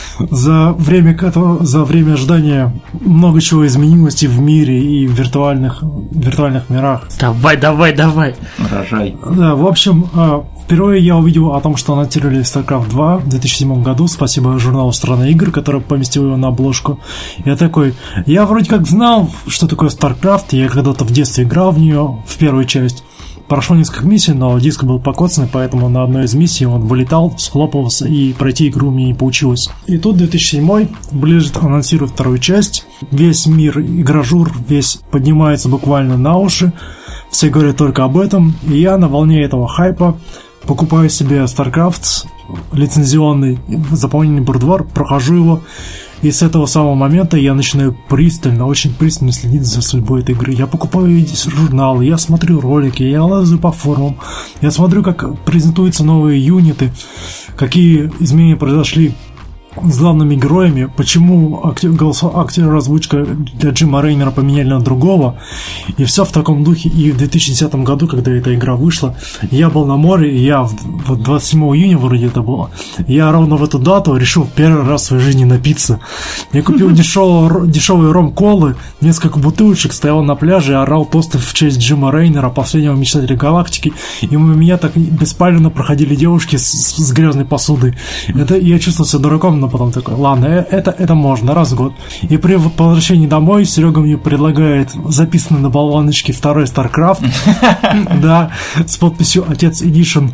за время, за время ожидания много чего изменилось и в мире, и в виртуальных, виртуальных мирах. Давай, давай, давай. Рожай. Да, в общем, впервые я увидел о том, что анонсировали StarCraft два в две тысячи седьмом году. Спасибо журналу «Страна игр», который поместил его на обложку. Я такой, я вроде как знал, что такое StarCraft, я когда-то в детстве играл в нее, в первую часть. Прошло несколько миссий, но диск был покоцанный, поэтому на одной из миссий он вылетал, схлопывался, и пройти игру мне не получилось. И тут две тысячи седьмой, Blizzard анонсирует вторую часть. Весь мир, игражур, весь поднимается буквально на уши. Все говорят только об этом. И я на волне этого хайпа покупаю себе StarCraft лицензионный, заполненный бурдвар, прохожу его. И с этого самого момента я начинаю пристально, очень пристально следить за судьбой этой игры. Я покупаю журналы, я смотрю ролики, я лазаю по форумам, я смотрю, как презентуются новые юниты, какие изменения произошли с главными героями, почему актер, голос, актер озвучка для Джима Рейнера поменяли на другого, и все в таком духе. И в две тысячи десятом году, когда эта игра вышла, я был на море, и я вот двадцать седьмого июня вроде это было, я ровно в эту дату решил первый раз в своей жизни напиться. Я купил дешевые, дешевые ром-колы, несколько бутылочек, стоял на пляже и орал тосты в честь Джима Рейнера, последнего мечтателя галактики, и у меня так беспалевно проходили девушки с, с грязной посудой. Это я чувствовал себя дураком, но потом такой, ладно, это, это можно, раз в год. И при возвращении домой Серега мне предлагает записанный на болваночке второй StarCraft, да, с подписью «Отец Edition».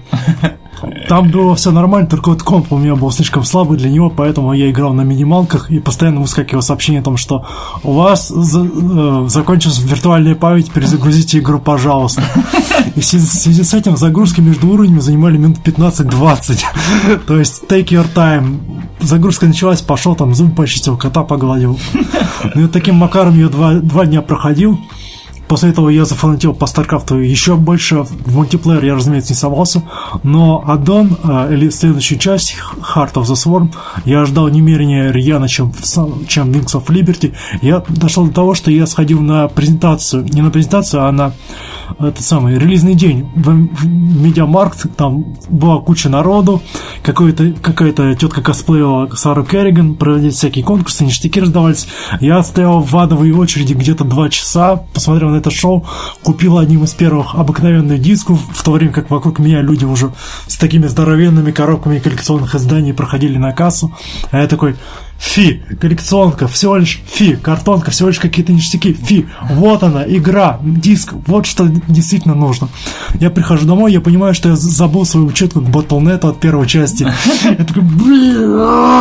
Там было все нормально, только вот комп у меня был слишком слабый для него, поэтому я играл на минималках и постоянно выскакивало сообщение о том, что у вас за, э, закончилась виртуальная память, перезагрузите игру, пожалуйста. И в связи с этим загрузки между уровнями занимали минут пятнадцать-двадцать. То есть take your time. Загрузка началась, пошел там, зуб почистил, кота погладил. Ну и вот таким макаром я два, два дня проходил. После этого я зафанател по StarCraft еще больше. В мультиплеер я, разумеется, не совался. Но аддон, э, или следующую часть, Heart of the Swarm, я ждал не менее рьяно, чем, чем Wings of Liberty. Я дошел до того, что я сходил на презентацию. Не на презентацию, а на этот самый релизный день в, в Медиамаркт. Там была куча народу. Какой-то, какая-то тетка косплеила Сару Керриган. Проводить всякие конкурсы, ништяки раздавались. Я стоял в адовой очереди где-то два часа. Посмотрел на это шоу, купил одним из первых обыкновенный диск, в то время как вокруг меня люди уже с такими здоровенными коробками коллекционных изданий проходили на кассу, а я такой: фи, коллекционка, всего лишь фи, картонка, всего лишь какие-то ништяки, фи, вот она, игра, диск, вот что действительно нужно. Я прихожу домой, я понимаю, что я забыл свою учетку к батл точка нет от первой части. Я такой, блин,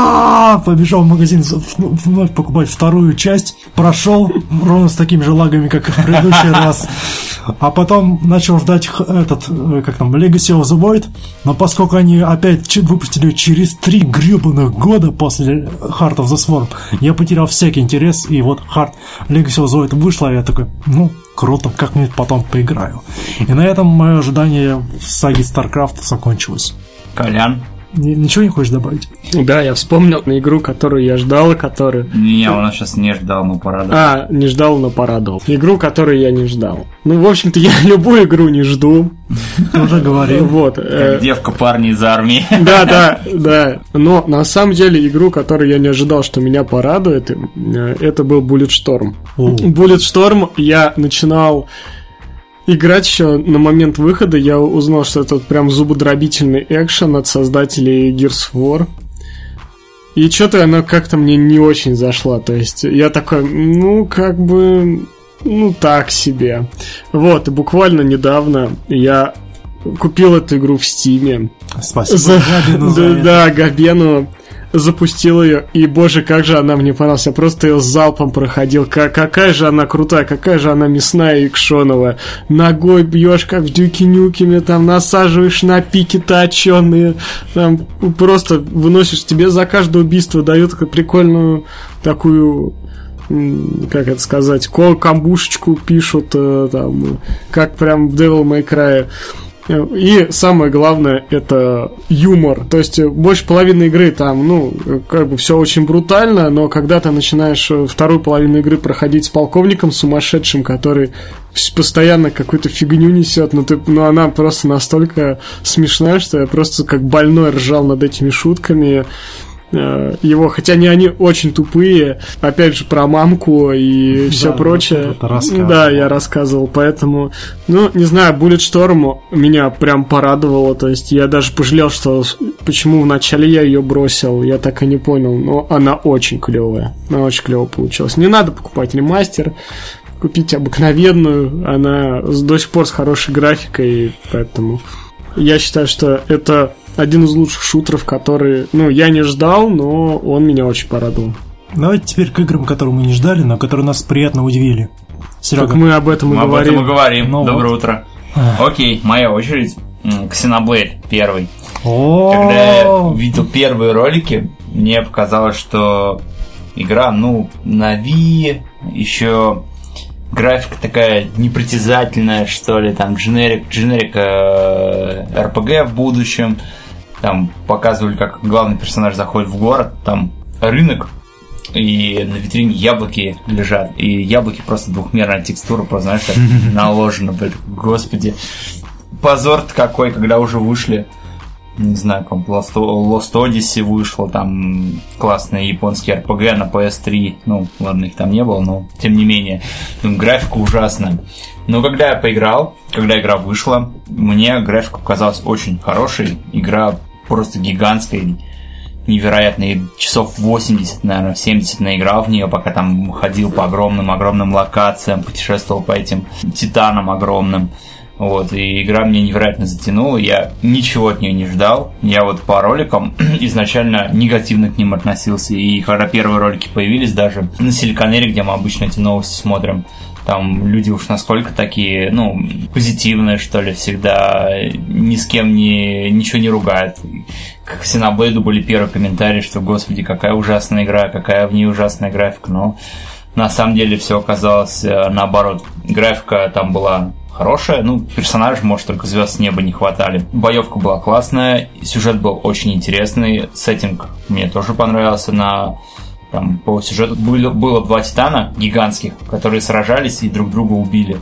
побежал в магазин вновь покупать вторую часть, прошел ровно с такими же лагами, как и в предыдущий раз. А потом начал ждать этот, как там, Legacy of the Void, но поскольку они опять выпустили через три гребаных года после Heart of the Swarm, я потерял всякий интерес, и вот Heart Legacy of the Void вышла, и я такой, ну, круто, как-нибудь потом поиграю. И на этом мое ожидание в саге StarCraft закончилось. Колян? Ничего не хочешь добавить? Да, я вспомнил на игру, которую я ждал, и которую... Не, он сейчас не ждал, но порадовал. А, не ждал, но порадовал. Игру, которую я не ждал. Ну, в общем-то, я любую игру не жду. Ты уже говорил. Вот. Как девка парни из армии. Да, да, да. Но на самом деле игру, которую я не ожидал, что меня порадует, это был Bulletstorm. Bulletstorm я начинал... играть еще на момент выхода. Я узнал, что это прям зубодробительный экшен от создателей Gears of War. И что-то она как-то мне не очень зашла. То есть я такой, ну, как бы, ну, так себе. Вот, и буквально недавно я купил эту игру в Стиме. Спасибо за... Габину за да, да, Габену. Запустил ее, и, боже, как же она мне понравилась. Я просто ее залпом проходил. Как, какая же она крутая, какая же она мясная и экшоновая. Ногой бьешь, как в Дюке Нюкеме, там насаживаешь на пики точеные, там просто выносишь. Тебе за каждое убийство дают прикольную такую, как это сказать, камбушечку пишут, там, как прям в Devil May Cry. И самое главное, это юмор. То есть больше половины игры там, ну, как бы все очень брутально, но когда ты начинаешь вторую половину игры проходить с полковником сумасшедшим, который постоянно какую-то фигню несет, но ты, ну, она просто настолько смешная, что я просто как больной ржал над этими шутками его, хотя не они очень тупые, опять же про мамку и все да, прочее. Да, я рассказывал, поэтому, ну, не знаю, Bulletstorm меня прям порадовало, то есть я даже пожалел, что почему вначале я ее бросил, я так и не понял, но она очень клевая, она очень клево получилась. Не надо покупать ремастер, купить обыкновенную, она до сих пор с хорошей графикой, поэтому я считаю, что это один из лучших шутеров, который, ну, я не ждал, но он меня очень порадовал. Давайте теперь к играм, которые мы не ждали, но которые нас приятно удивили. Серега, так мы об этом и мы говорим. об этом и говорим. Ну, Доброе вот. утро. Окей, моя очередь. Xenoblade первый. О-о-о. Когда я видел первые ролики, мне показалось, что игра, ну, на Wii, еще графика такая непритязательная, что ли, там, дженерик, дженерик э, эр пи джи в будущем. Там показывали, как главный персонаж заходит в город, там рынок, и на витрине яблоки лежат, и яблоки просто двухмерная текстура, просто, знаешь, так наложена, блин, господи. Позор-то какой, когда уже вышли, не знаю, как Lost Odyssey вышло, там классные японские эр пи джи на пи эс три, ну, ладно, их там не было, но тем не менее, там графика ужасная. Но когда я поиграл, когда игра вышла, мне графика показалась очень хорошей, игра просто гигантская, невероятная, часов восемьдесят, наверное, семьдесят наиграл в нее, пока там ходил по огромным-огромным локациям, путешествовал по этим титанам огромным. Вот, и игра меня невероятно затянула, я ничего от нее не ждал, я вот по роликам изначально негативно к ним относился, и когда первые ролики появились даже на Силиконере, где мы обычно эти новости смотрим, там люди уж насколько такие, ну, позитивные, что ли, всегда, ни с кем не, ничего не ругают. Как в Xenoblade были первые комментарии, что, господи, какая ужасная игра, какая в ней ужасная графика, но на самом деле все оказалось наоборот. Графика там была хорошая, ну, персонажей, может, только звезд с неба не хватали. Боевка была классная, сюжет был очень интересный, сеттинг мне тоже понравился. На, там, по сюжету было, было два титана гигантских, которые сражались и друг друга убили.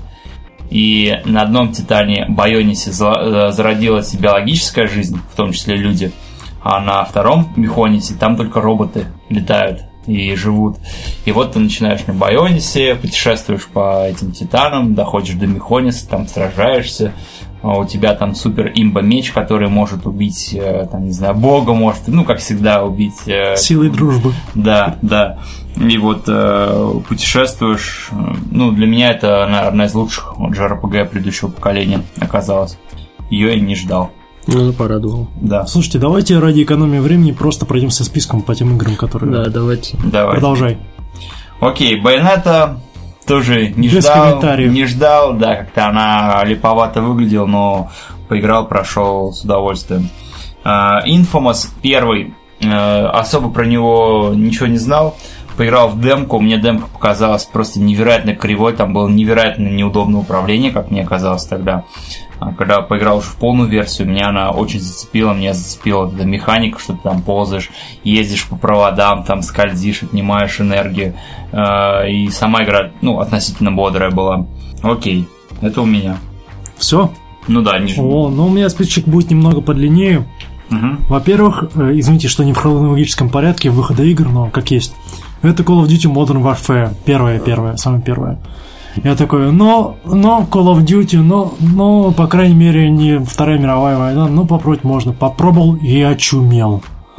И на одном титане Байонисе зародилась биологическая жизнь, в том числе люди, а на втором Мехонисе там только роботы летают и живут. И вот ты начинаешь на Байонисе, путешествуешь по этим титанам, доходишь до Мехониса, там сражаешься, а у тебя там супер имба-меч, который может убить, там, не знаю, бога может, ну, как всегда, убить... Силой дружбы. Да, да. И вот э, путешествуешь, ну, для меня это, наверное, одна из лучших вот, джей ар пи джи предыдущего поколения оказалась. Ее я не ждал. Ну, порадовал. Да. Слушайте, давайте ради экономии времени просто пройдемся списком по тем играм, которые... Да, давайте. Давай. Продолжай. Окей, Bayonetta тоже не Без ждал. комментариев. Не ждал, да, как-то она липовато выглядела, но поиграл, прошел с удовольствием. Uh, Infamous первый, uh, особо про него ничего не знал. Поиграл в демку, мне демка показалась просто невероятно кривой, там было невероятно неудобное управление, как мне казалось тогда. Когда поиграл уже в полную версию, меня она очень зацепила, меня зацепила эта механика, что ты там ползаешь, ездишь по проводам, там скользишь, отнимаешь энергию, и сама игра, ну, относительно бодрая была. Окей, это у меня. Все? Ну да, не О, ну у меня списочек будет немного подлиннее. Угу. Во-первых, извините, что не в хронологическом порядке выхода игр, но как есть. Это Call of Duty Modern Warfare. Первая, первая, самая первая. Я такой, но, но Call of Duty, но, но, по крайней мере, не Вторая мировая война, ну, попробовать можно. Попробовал и очумел.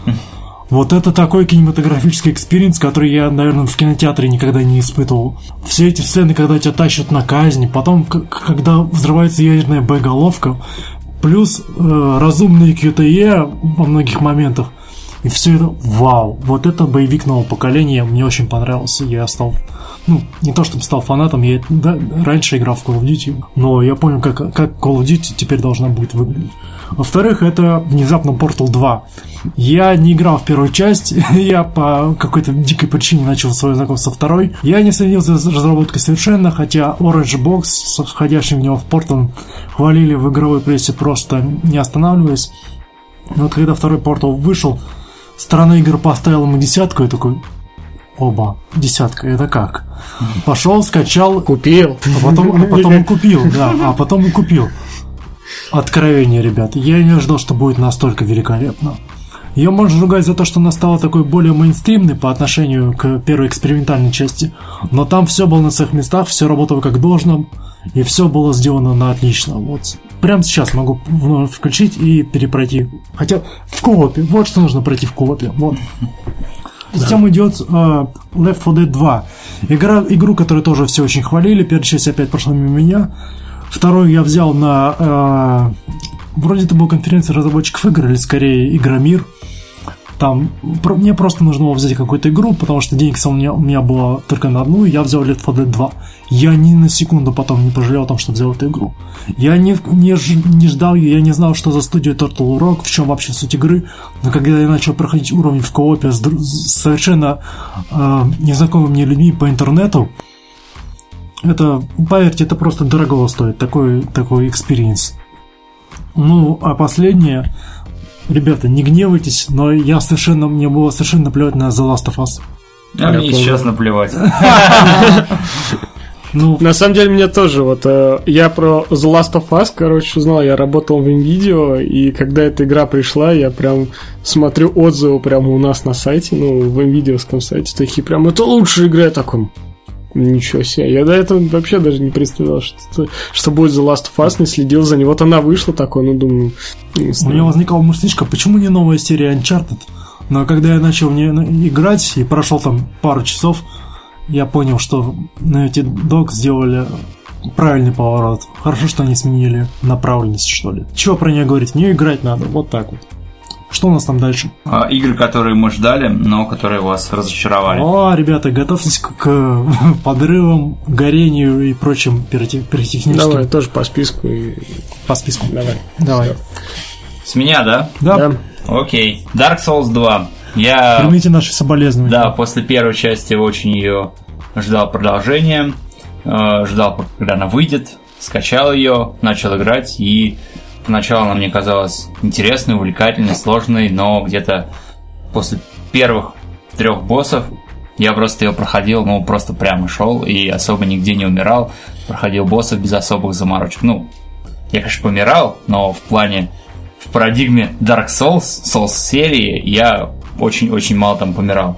Вот это такой кинематографический экспириенс, который я, наверное, в кинотеатре никогда не испытывал. Все эти сцены, когда тебя тащат на казнь, потом, когда взрывается ядерная боеголовка, плюс э, разумные кью ти и во многих моментах. И все это, вау, вот это боевик нового поколения, мне очень понравился. Я стал, ну, не то чтобы стал фанатом, я да, раньше играл в Call of Duty, но я понял, как, как Call of Duty теперь должна будет выглядеть. Во-вторых, это внезапно Portal два. Я не играл в первую часть, я по какой-то дикой причине начал свое знакомство со второй. Я не следил за разработкой совершенно, хотя Orange Box с входящим в него в Portal хвалили в игровой прессе просто не останавливаясь. Но вот когда второй Portal вышел, сторона игр поставила ему десятку, и такой, оба, десятка, это как? Пошел, скачал, купил, а потом, а потом и купил, да, а потом и купил. Откровение, ребят, я не ожидал, что будет настолько великолепно. Ее можно ругать за то, что она стала такой более мейнстримной по отношению к первой экспериментальной части, но там все было на своих местах, все работало как должно, и все было сделано на отлично. Вот прямо сейчас могу вновь включить и перепройти. Хотя в коопе, вот что нужно пройти в коопе. Вот. Затем да. идет uh, Left фор Dead два. Игра, игру, которую тоже все очень хвалили. Первая часть опять прошла мимо меня. Вторую я взял на... Uh, вроде это была конференция разработчиков игр, или скорее Игромир. Там про, мне просто нужно было взять какую-то игру, потому что денег у меня, у меня было только на одну, и я взял Left фор Dead два. Я ни на секунду потом не пожалел о том, что взял эту игру. Я не, не, не ждал ее, я не знал, что за студия Turtle Rock, в чем вообще суть игры. Но когда я начал проходить уровень в коопе с, с совершенно э, незнакомыми мне людьми по интернету, это, поверьте, это просто дорого стоит, такой, такой экспириенс. Ну, а последнее... Ребята, не гневайтесь, но я совершенно, мне было совершенно наплевать на The Last of Us. А мне сейчас наплевать. Ну, на самом деле, мне тоже вот э, я про The Last of Us, короче, узнал, я работал в Nvidia, и когда эта игра пришла, я прям смотрю отзывы прямо у нас на сайте, ну, в Nvidia-ском сайте, такие прям, это лучшая игра, я такой, ничего себе, я до этого вообще даже не представлял, что, что будет The Last of Us, не следил за ней, вот она вышла такой, ну, думаю... У меня возникла мысличка, почему не новая серия Uncharted? Но когда я начал в нее играть и прошел там пару часов, я понял, что Naughty Dog сделали правильный поворот. Хорошо, что они сменили направленность, что ли. Чего про нее говорить? В нее играть надо, вот так вот. Что у нас там дальше? А, игры, которые мы ждали, но которые вас разочаровали. О, ребята, готовьтесь к, к подрывам, горению и прочим пиротехническим. Давай, тоже по списку. И... По списку. Давай. Давай. С меня, да? Да. да. Окей. Dark Souls два. Я... Примите наши соболезнования. Да, после первой части очень ее ждал продолжения. Э, ждал, когда она выйдет. Скачал ее, начал играть и... Поначалу она мне казалась интересной, увлекательной, сложной, но где-то после первых трех боссов я просто ее проходил, ну, просто прямо шел и особо нигде не умирал. Проходил боссов без особых заморочек. Ну, я, конечно, помирал, но в плане, в парадигме Dark Souls, Souls серии, я очень-очень мало там помирал.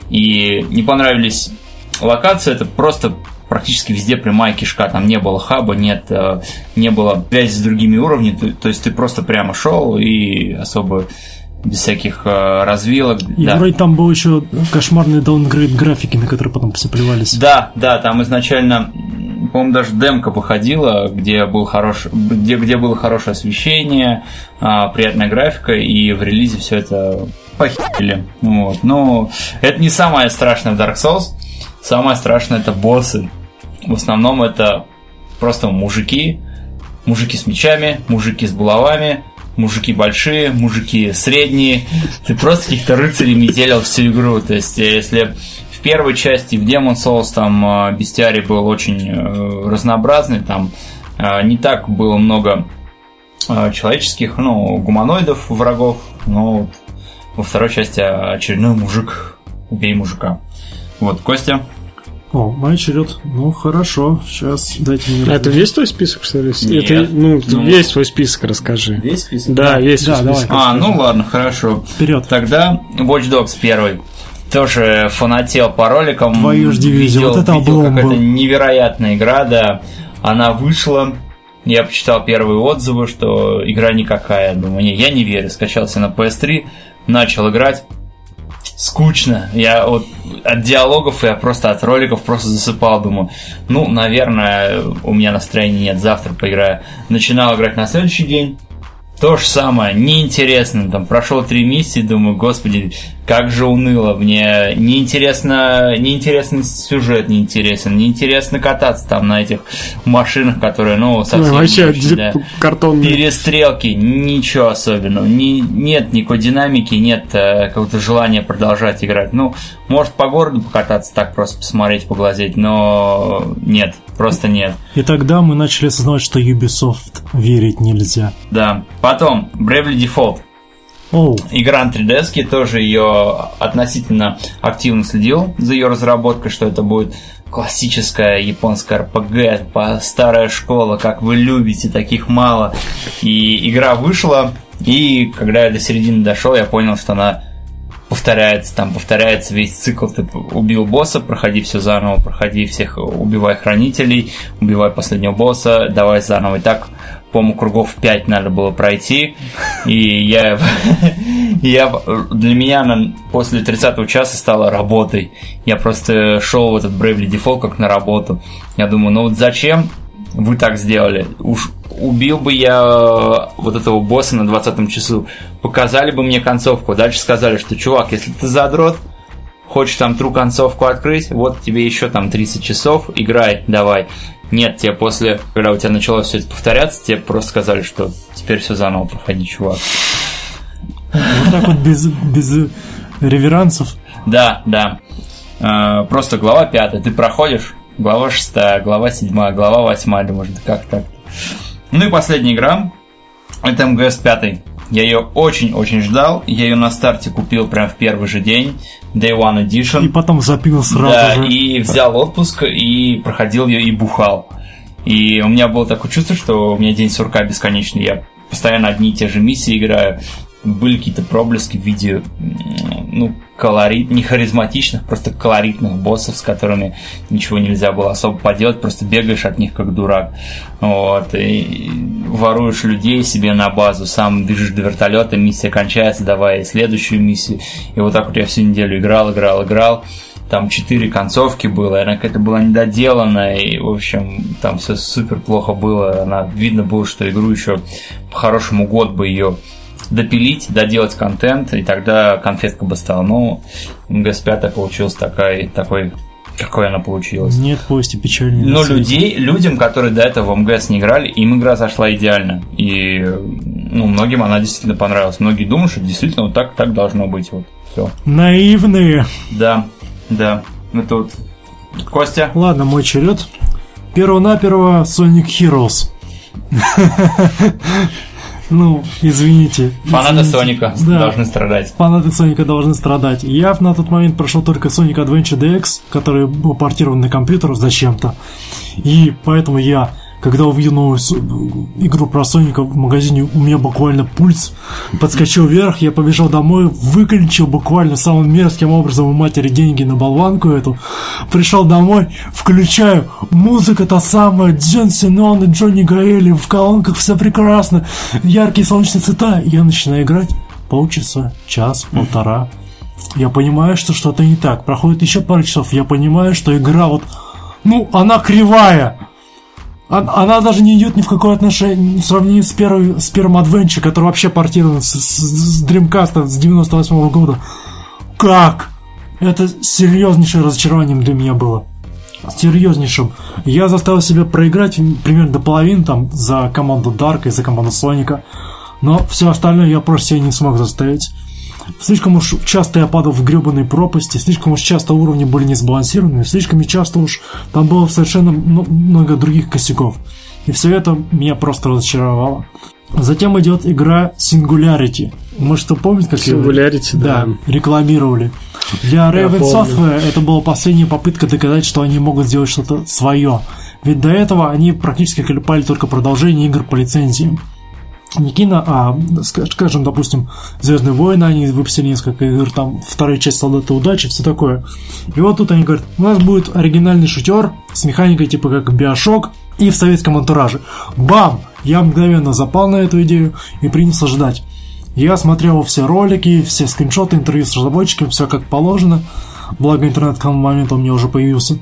И не понравились локации, это просто... Практически везде прямая кишка, там не было хаба, нет, не было связи с другими уровнями, то, то есть ты просто прямо шел и особо без всяких развилок. И да. Вроде там был еще кошмарный даунгрейд графики, на которые потом все плевались. Да, да, там изначально, по-моему, даже демка выходила, где, был хорош, где, где было хорошее освещение, приятная графика, и в релизе все это похерили. Вот. Но это не самое страшное в Dark Souls. Самое страшное — это боссы. В основном это просто мужики. Мужики с мечами, мужики с булавами, мужики большие, мужики средние. Ты просто каких-то рыцарей метелил всю игру. То есть, если в первой части, в Demon's Souls, там бестиарий был очень разнообразный, там не так было много человеческих, ну, гуманоидов, врагов, но вот во второй части очередной мужик. Убей мужика. Вот, Костя. О, мой черед. Ну, хорошо. Сейчас дайте мне... А это весь твой список, что ли? Нет. Это, ну, ну, весь твой список расскажи. Весь список? Да, да. весь да, свой список. А, ну ладно, хорошо. Вперед. Тогда Watch Dogs первый. Тоже фанател по роликам. Твою ж дивизию. Видел, вот это видел, облом как был. это невероятная игра, да. Она вышла. Я почитал первые отзывы, что игра никакая. Думаю, не, я не верю. Скачался на пи эс три, начал играть. Скучно. Я вот от диалогов и просто от роликов просто засыпал. Думаю, ну, наверное, у меня настроения нет, завтра поиграю. Начинал играть на следующий день. То же самое, неинтересно. Там прошло три миссии, думаю, господи, как же уныло. Мне неинтересно, неинтересный сюжет, неинтересен, неинтересно кататься там на этих машинах, которые, ну, совсем... Ну, вообще, очень, да, картонные. Перестрелки, ничего особенного. Не, нет никакой динамики, нет э, какого-то желания продолжать играть. Ну, может, по городу покататься, так просто посмотреть, поглазеть, но нет, просто нет. И тогда мы начали осознавать, что Ubisoft верить нельзя. Да. Потом, Bravely Default. Oh. Игра на три ди эс, тоже ее относительно активно следил за ее разработкой, что это будет классическая японская эр пи джи, по старая школа, как вы любите, таких мало. И игра вышла, и когда я до середины дошел, я понял, что она повторяется, там повторяется весь цикл. Ты убил босса, проходи все заново, проходи всех, убивай хранителей, убивай последнего босса, давай заново. И так, по-моему, кругов пять надо было пройти. И я, я для меня она после тридцатого часа стала работой. Я просто шел в этот Bravely Default как на работу. Я думаю, ну вот зачем вы так сделали? Уж убил бы я вот этого босса на двадцатом часу, показали бы мне концовку, дальше сказали, что, чувак, если ты задрот, хочешь там true концовку открыть, вот тебе еще там тридцать часов, играй, давай. Нет, тебе после, когда у тебя началось все это повторяться, тебе просто сказали, что теперь все заново проходи, чувак. Вот так вот без, без реверансов. Да, да. А, просто глава пятая, ты проходишь, глава шестая, глава седьмая, глава восьмая, думаешь, да как так? Ну и последняя игра, это эм гэ эс пять. Я ее очень-очень ждал, я ее на старте купил прям в первый же день, Day One Edition. И потом запил сразу да, же. И взял отпуск, и проходил ее, и бухал. И у меня было такое чувство, что у меня день сурка бесконечный, я постоянно одни и те же миссии играю. Были какие-то проблески в виде, ну, колорит, не харизматичных, просто колоритных боссов, с которыми ничего нельзя было особо поделать, просто бегаешь от них как дурак, вот, и воруешь людей себе на базу, сам бежишь до вертолета, миссия кончается, давай следующую миссию, и вот так вот я всю неделю играл, играл, играл, там четыре концовки было, она какая-то была недоделанная, и, в общем, там все супер плохо было, она, видно было, что игру еще по-хорошему год бы ее допилить, доделать контент, и тогда конфетка бы стала. Но эм гэ эс пять получилась такая, такой, какой она получилась. Нет кости печальнее. Но людей, людям, которые до этого в эм гэ эс не играли, им игра зашла идеально. И ну, многим она действительно понравилась. Многие думают, что действительно вот так, так должно быть. Вот, все. Наивные. Да, да. Это вот Костя. Ладно, мой черед. Перво-наперво Sonic Heroes. Ну, извините. Фанаты извините. Соника да. должны страдать. Фанаты Соника должны страдать. Я на тот момент прошел только Sonic Adventure ди экс, который был портирован на компьютер зачем-то. И поэтому я, когда увидел новую игру про Соника в магазине, у меня буквально пульс подскочил вверх, я побежал домой, выключил буквально самым мерзким образом у матери деньги на болванку эту, пришел домой, включаю, музыка та самая, Джон Синон и Джонни Гаэли, в колонках все прекрасно, яркие солнечные цвета, я начинаю играть полчаса, час, полтора, я понимаю, что что-то не так, проходит еще пару часов, я понимаю, что игра вот, ну, она кривая. Она даже не идет ни в какое отношение в сравнении с, первой, с первым Adventure, который вообще портирован с, с, с Dreamcast с девяносто восьмого года. Как? Это серьезнейшее разочарованием для меня было. Серьезнейшим. Я заставил себя проиграть примерно до половины там за команду Дарка и за команду Соника. Но все остальное я просто себя не смог заставить. Слишком уж часто я падал в гребаные пропасти, слишком уж часто уровни были не сбалансированы, слишком часто уж там было совершенно много других косяков. И все это меня просто разочаровало. Затем идет игра Singularity. Может, кто помнит, как Singularity, ее... да. да, рекламировали. Для Raven Software это была последняя попытка доказать, что они могут сделать что-то свое. Ведь до этого они практически клепали только продолжение игр по лицензиям. Не кино, а, скажем, допустим, Звездные войны, они выпустили несколько игр, там, вторая часть Солдата Удачи, все такое. И вот тут они говорят, у нас будет оригинальный шутер с механикой типа как Биошок и в советском антураже. Бам! Я мгновенно запал на эту идею и принялся ждать. Я смотрел все ролики, все скриншоты, интервью с разработчиками, все как положено. Благо интернет к тому моменту у меня уже появился.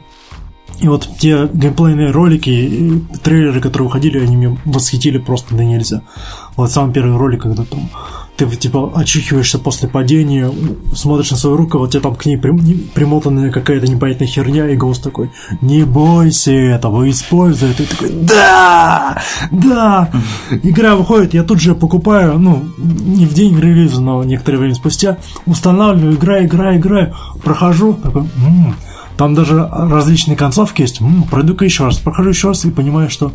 И вот те геймплейные ролики и трейлеры, которые уходили, они меня восхитили просто да нельзя. Вот самый первый ролик, когда там ты типа очухиваешься после падения, смотришь на свою руку, вот тебе там к ней примотанная какая-то непонятная херня, и голос такой: не бойся этого, используй это. И такой: да, да. Игра выходит, я тут же покупаю, ну, не в день релиза, но некоторое время спустя, устанавливаю, играю, играю, играю, прохожу, такой: м-м. Там даже различные концовки есть. М-м, пройду-ка еще раз, прохожу еще раз и понимаю, что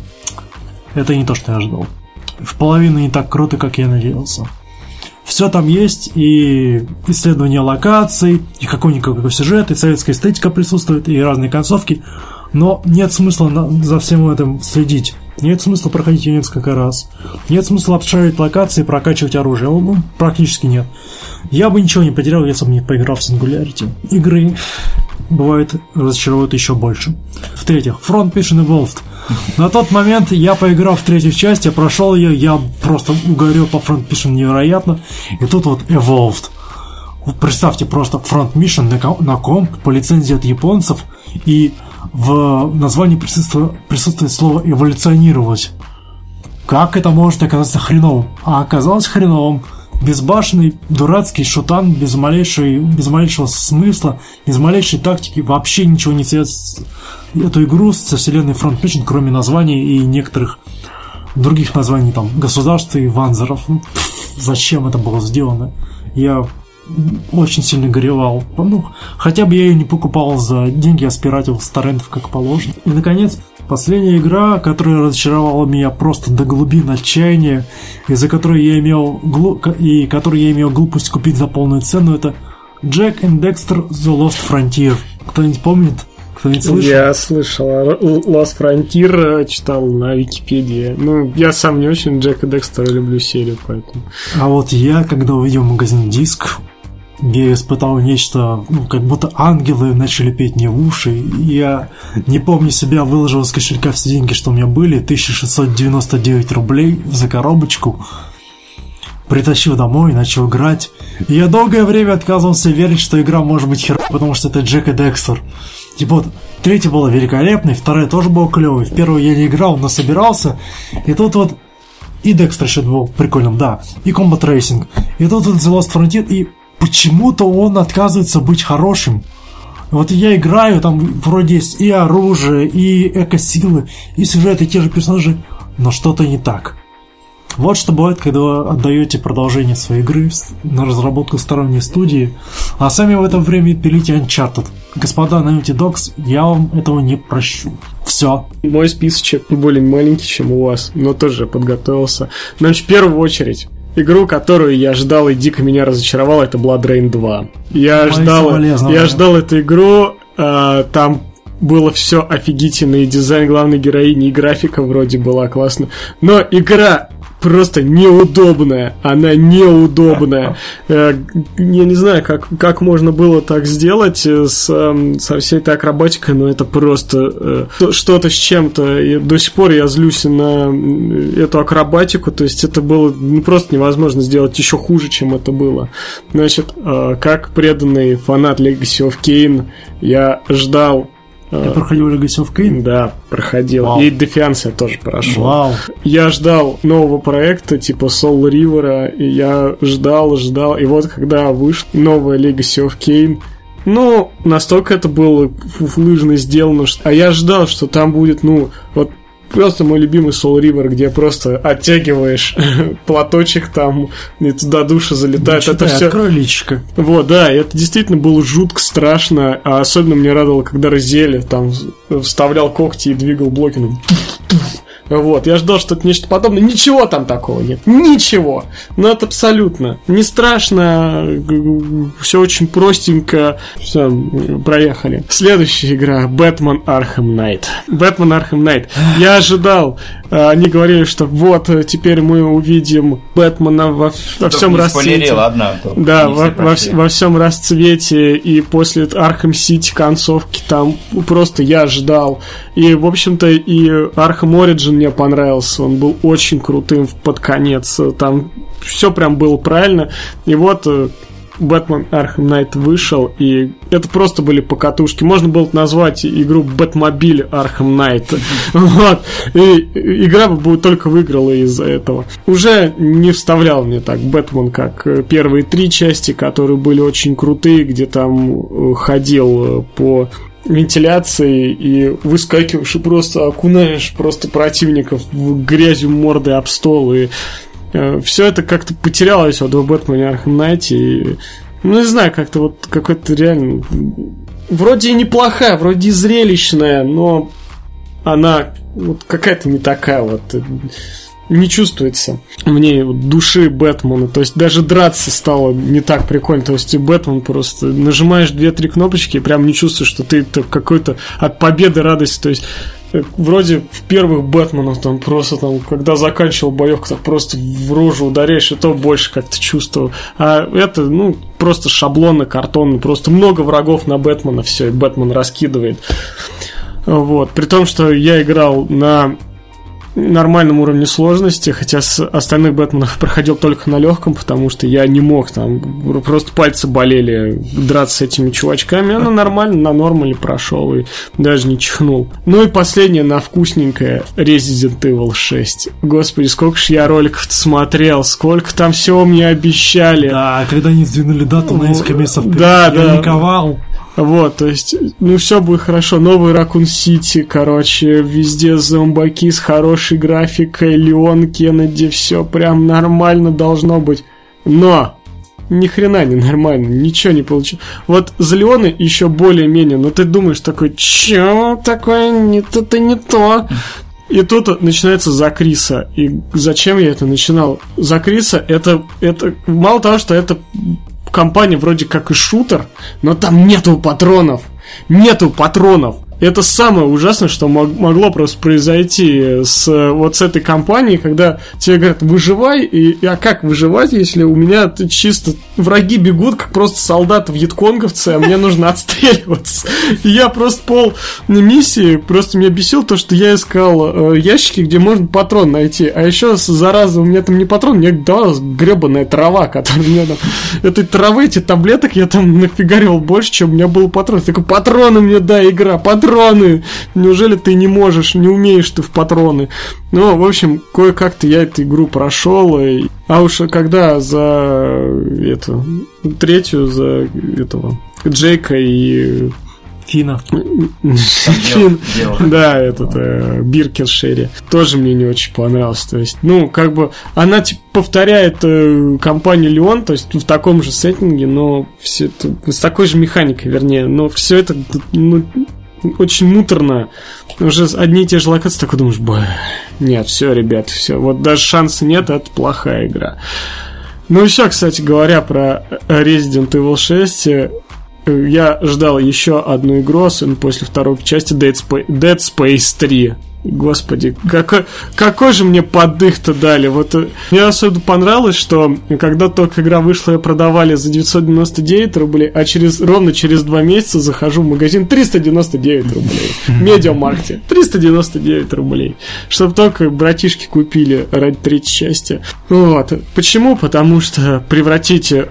это не то, что я ожидал. В половину не так круто, как я надеялся. Все там есть, и исследование локаций, и какой-никакой сюжет, и советская эстетика присутствует, и разные концовки, но нет смысла на, за всем этим следить. Нет смысла проходить ее несколько раз. Нет смысла обшаривать локации и прокачивать оружие. Ну, практически нет. Я бы ничего не потерял, если бы не поиграл в Singularity. Игры, бывает, разочаровывают еще больше. В-третьих, Front Mission Evolved. На тот момент я поиграл в третью часть, я прошел ее, я просто угорел по Front Mission невероятно. И тут вот Evolved. Представьте, просто Front Mission на, на комп по лицензии от японцев, и в названии присутствует, присутствует слово «эволюционировать». как это может оказаться хреновым? А оказалось хреновым. Безбашенный, дурацкий шутан, без, малейшей, без малейшего смысла, без малейшей тактики, вообще ничего не связывает эту игру со вселенной Front Mission, кроме названий и некоторых других названий, там, государств и ванзеров. Ну, пфф, зачем это было сделано? Я очень сильно горевал. Ну, хотя бы я ее не покупал за деньги, а спиратил с торрентов как положено. И, наконец, последняя игра, которая разочаровала меня просто до глубин отчаяния, из-за которой я имел глу... и которую я имел глупость купить за полную цену, это Jack and Dexter The Lost Frontier. Кто-нибудь помнит? Кто-нибудь слышал? Я слышал. Lost Frontier читал на Википедии. Ну, я сам не очень Джека Декстера люблю серию, поэтому... А вот я, когда увидел магазин диск, я испытал нечто, ну, как будто ангелы начали петь мне в уши. Я, не помню себя, выложил из кошелька все деньги, что у меня были, тысяча шестьсот девяносто девять рублей за коробочку. Притащил домой, начал играть. И я долгое время отказывался верить, что игра может быть хер, потому что это Джек и Декстер. Типа вот, третья была великолепной, вторая тоже была клевой. В первую я не играл, но собирался. И тут вот и Декстер еще был прикольным, да. И Combat Racing. И тут вот The Lost Frontier, и почему-то он отказывается быть хорошим. Вот я играю, там вроде есть и оружие, и эко-силы, и сюжет, и те же персонажи, но что-то не так. Вот что бывает, когда вы отдаете продолжение своей игры на разработку сторонней студии, а сами в это время пилите Uncharted. Господа Naughty Dogs, я вам этого не прощу. Все. Мой списочек более маленький, чем у вас, но тоже подготовился. Значит, в первую очередь, игру, которую я ждал и дико меня разочаровала, это Blood Rain два. Я Мои ждал, я ждал эту игру, э, там было все офигительно, и дизайн главной героини, и графика вроде была классно, но игра просто неудобная, она неудобная. Я не знаю, как, как можно было так сделать с, со всей этой акробатикой, но это просто что-то с чем-то. И до сих пор я злюсь на эту акробатику, то есть это было просто невозможно сделать еще хуже, чем это было. Значит, как преданный фанат Legacy of Kain, я ждал. Ты проходил Legacy of Kain? Да, проходил. Вау. И Defiance я тоже прошел. Вау. Я ждал нового проекта типа Soul River, и я ждал, ждал. И вот когда вышла новая Legacy of Kain, ну, настолько это было фуфлыжно сделано, что... а я ждал, что там будет, ну, вот просто мой любимый Soul River, где просто оттягиваешь платочек там, и туда душа залетает. Ну, это читай, все. Открой личико. Вот, да, это действительно было жутко страшно. А особенно мне радовало, когда Розели там вставлял когти и двигал блоки. Вот, я ждал, что это нечто подобное. Ничего там такого нет. Ничего. Ну, это абсолютно не страшно. Все очень простенько. Все, проехали. Следующая игра. Batman Arkham Knight. Batman Arkham Knight. Я ожидал. Они говорили, что вот, теперь мы увидим Бэтмена во, во всем расцвете. Ладно, да, во, во, во всем расцвете. И после Arkham City концовки там просто я ждал. И, в общем-то, и Arkham Origin мне понравился. Он был очень крутым под конец. Там все прям было правильно. И вот Batman Arkham Knight вышел, и это просто были покатушки. Можно было назвать игру Batmobile Arkham Knight. Вот. И игра бы только выиграла из-за этого. Уже не вставлял мне так Бэтмен, как первые три части, которые были очень крутые, где там ходил по вентиляции и выскакиваешь и просто окунаешь просто противников в грязью мордой об стол, и э, все это как-то потерялось вот в Бэтмене Arkham Knight, и, ну, не знаю, как-то вот какой-то реально вроде и неплохая, вроде и зрелищная, но она вот какая-то не такая вот, не чувствуется мне души Бэтмена. То есть даже драться стало не так прикольно. То есть и Бэтмен просто нажимаешь две-три кнопочки и прям не чувствуешь, что ты какой-то от победы радость. То есть вроде в первых Бэтменах там просто там, когда заканчивал боевку, так просто в рожу ударяешь, и то больше как-то чувствовал. А это, ну, просто шаблонно, картонно. Просто много врагов на Бэтмена, все, и Бэтмен раскидывает. Вот. При том, что я играл на нормальном уровне сложности, хотя с остальных Бэтменов проходил только на легком, потому что я не мог, там просто пальцы болели драться с этими чувачками, она нормально, на нормале прошел и даже не чихнул. Ну и последнее на вкусненькое Resident Evil шесть. Господи, сколько ж я роликов смотрел, сколько там всего мне обещали. Да, когда они сдвинули дату на несколько месяцев, да, я да. ликовал. Вот, то есть, ну все будет хорошо. Новый Ракун Сити, короче, везде зомбаки с хорошей графикой, Леон Кеннеди, все прям нормально должно быть. Но ни хрена не нормально, ничего не получилось. Вот за Леона еще более-менее, но ты думаешь такой, чё такое, нет, это не то. И тут начинается за Криса. И зачем я это начинал? За Криса это, это мало того, что это компания вроде как и шутер, но там нету патронов. Нету патронов. Это самое ужасное, что могло просто произойти с, вот с этой компанией, когда тебе говорят, выживай, и а как выживать, если у меня чисто враги бегут, как просто солдаты вьетконговцы, а мне нужно отстреливаться. И я просто пол миссии, просто меня бесил то, что я искал э, ящики, где можно патрон найти, а еще, зараза, у меня там не патрон, мне давалась гребаная трава, которая у меня там, этой травы, эти таблеток я там нафигаривал больше, чем у меня было патрон. Я такой, патроны мне дай, игра, патроны. Патроны! Неужели ты не можешь, не умеешь ты в патроны? Ну, в общем, кое-как-то я эту игру прошел. И... А уж когда за эту третью, за этого Джейка и... Фина. Фин, да, этот э, Биркеншери. Тоже мне не очень понравился. То есть, ну, как бы, она типа повторяет э, компанию Леон, то есть в таком же сеттинге, но все это, с такой же механикой, вернее, но все это, ну, очень муторно. Уже одни и те же локации, такой думаешь, б, нет, все, ребят, все, вот даже шанса нет, это плохая игра. Ну, еще, кстати говоря, про Resident Evil шесть. Я ждал еще одну игру, особенно после второй части, Dead Space, Dead Space три. Господи, какой, какой же мне подых-то дали. Вот мне особенно понравилось, что когда только игра вышла, ее продавали за девятьсот девяносто девять рублей, а через, ровно через два месяца захожу в магазин триста девяносто девять рублей. В Медиамаркте триста девяносто девять рублей. Чтобы только братишки купили ради третьей части. Вот. Почему? Потому что превратите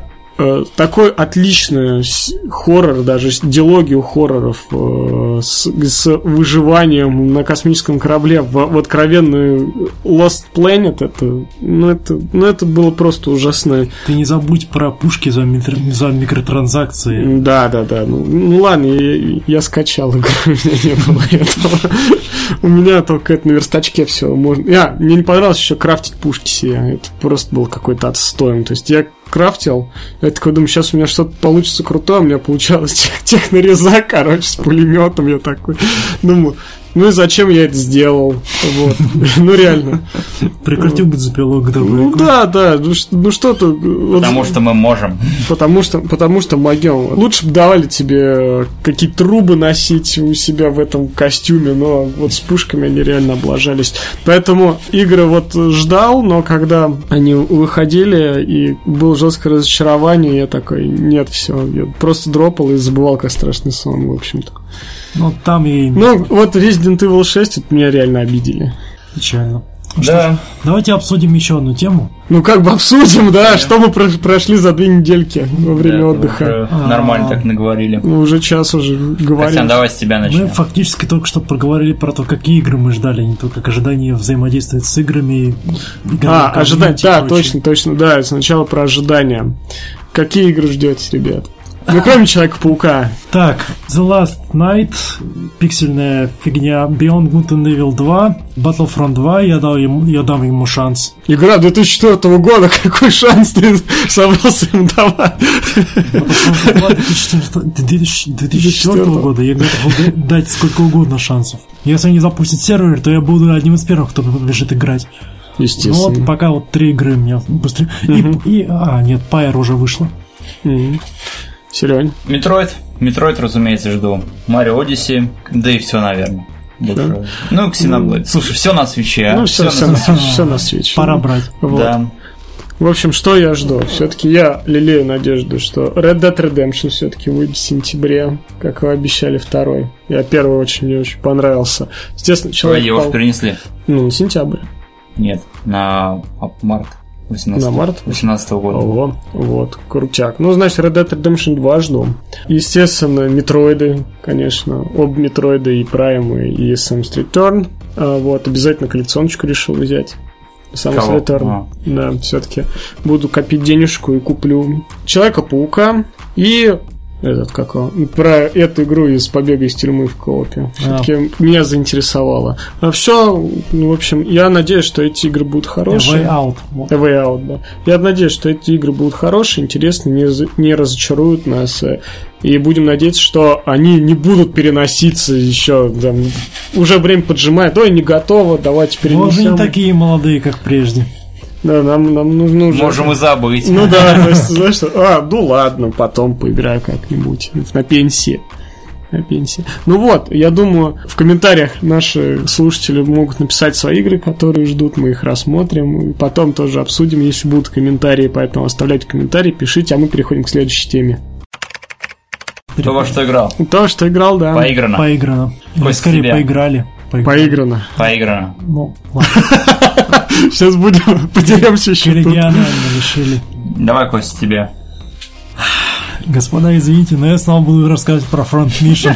такой отличный хоррор, даже дилогию хорроров э, с, с выживанием на космическом корабле в, в откровенную Lost Planet, это, ну, это, ну, это было просто ужасно. Ты не забудь про пушки за, микро, за микротранзакции. Да, да, да. Ну, ну ладно, я, я скачал игру, у меня не было этого. У меня только это на верстачке все можно. Я, мне не понравилось еще крафтить пушки себе. Это просто был какой-то отстоем. То есть я крафтил, я такой думаю, сейчас у меня что-то получится крутое, у меня получалось технорезак, короче, с пулеметом, я такой думаю, ну и зачем я это сделал? Вот. Ну реально. Прекратил быть запилок, да. Ну да, да. Ну, ну что-то. Потому что мы можем. Потому что, потому что могем. Лучше бы давали тебе какие-то трубы носить у себя в этом костюме, но вот с пушками они реально облажались. Поэтому игры вот ждал, но когда они выходили и было жесткое разочарование, я такой, нет, все, я просто дропал и забывал, как страшный сон, в общем-то. Ну, там и... Ну, вот Resident Evil шесть, это меня реально обидели. Печально. Да. Что ж, давайте обсудим еще одну тему. Ну, как бы обсудим, да, да. Что мы про- прошли за две недельки во время да, отдыха. Нормально так наговорили. Ну, уже час уже говорим. Костян, давай с тебя начнем. Мы фактически только что проговорили про то, какие игры мы ждали, а не то, как ожидание взаимодействовать с играми. А, ожидание, да, точно, точно, да, сначала про ожидания. Какие игры ждете, ребят? Ну, кроме Человека-паука. Так, The Last Night, пиксельная фигня, Beyond Good and Evil два, Battlefront два, я, дал ему, я дам ему шанс. Игра две тысячи четвёртого года, какой шанс ты собрался им давать? Battlefront два две тысячи четвёртого года, я готов дать сколько угодно шансов. Если они запустят сервер, то я буду одним из первых, кто побежит играть. Естественно. Ну вот, пока вот три игры у меня быстрее. Mm-hmm. И, и, а, нет, Pyre уже вышла. Mm-hmm. Серёнь. Метроид. Метроид, разумеется, жду. Марио Одиссе. Да и все, наверное. Да. Ну, Xenoblade. Слушай, все на свече. Ну, все, все, на, все на свече. Пора брать. Вот. Да. В общем, что я жду? Все-таки я лелею надежду, что Red Dead Redemption все-таки выйдет в сентябре, как вы обещали, второй. Я первый очень мне очень понравился. Естественно, человек... Его пол... перенесли? Ну, на сентябрь. Нет, на март. На март? восемнадцатого года. Ого, вот, крутяк. Ну, значит, Red Dead Redemption два жду. Естественно, Метроиды, конечно. Об Метроиды и Prime, и Samus Return. А, вот, обязательно коллекционочку решил взять. Samus Return. А. Да, все-таки буду копить денежку и куплю Человека-паука и... Этот какого? Про эту игру из побега из тюрьмы в коопе. Все-таки а. меня заинтересовало. А все, ну, в общем, я надеюсь, что эти игры будут хорошие. A Way Out. A Way Out, да. Я надеюсь, что эти игры будут хорошие, интересные, не, не разочаруют нас. И будем надеяться, что они не будут переноситься еще. Там, уже время поджимает. Ой, не готово, давайте перенесем. Мы уже не такие молодые, как прежде. Да, нам, нам нужно уже... Можем и забыть. Ну да, то есть, знаешь, а, ну ладно, потом поиграю как-нибудь на пенсии. На пенсии. Ну вот, я думаю, в комментариях наши слушатели могут написать свои игры, которые ждут, мы их рассмотрим, и потом тоже обсудим, если будут комментарии, поэтому оставляйте комментарии, пишите, а мы переходим к следующей теме. Кто во что играл? То, что играл, да. Поиграно. Поиграно. Или скорее тебя. поиграли. Поиграно. Поиграно. Ну, ладно. Сейчас будем, подеремся еще тут. Регионально решили. Давай, Костя, тебе. Господа, извините, но я снова буду рассказывать про Front Mission.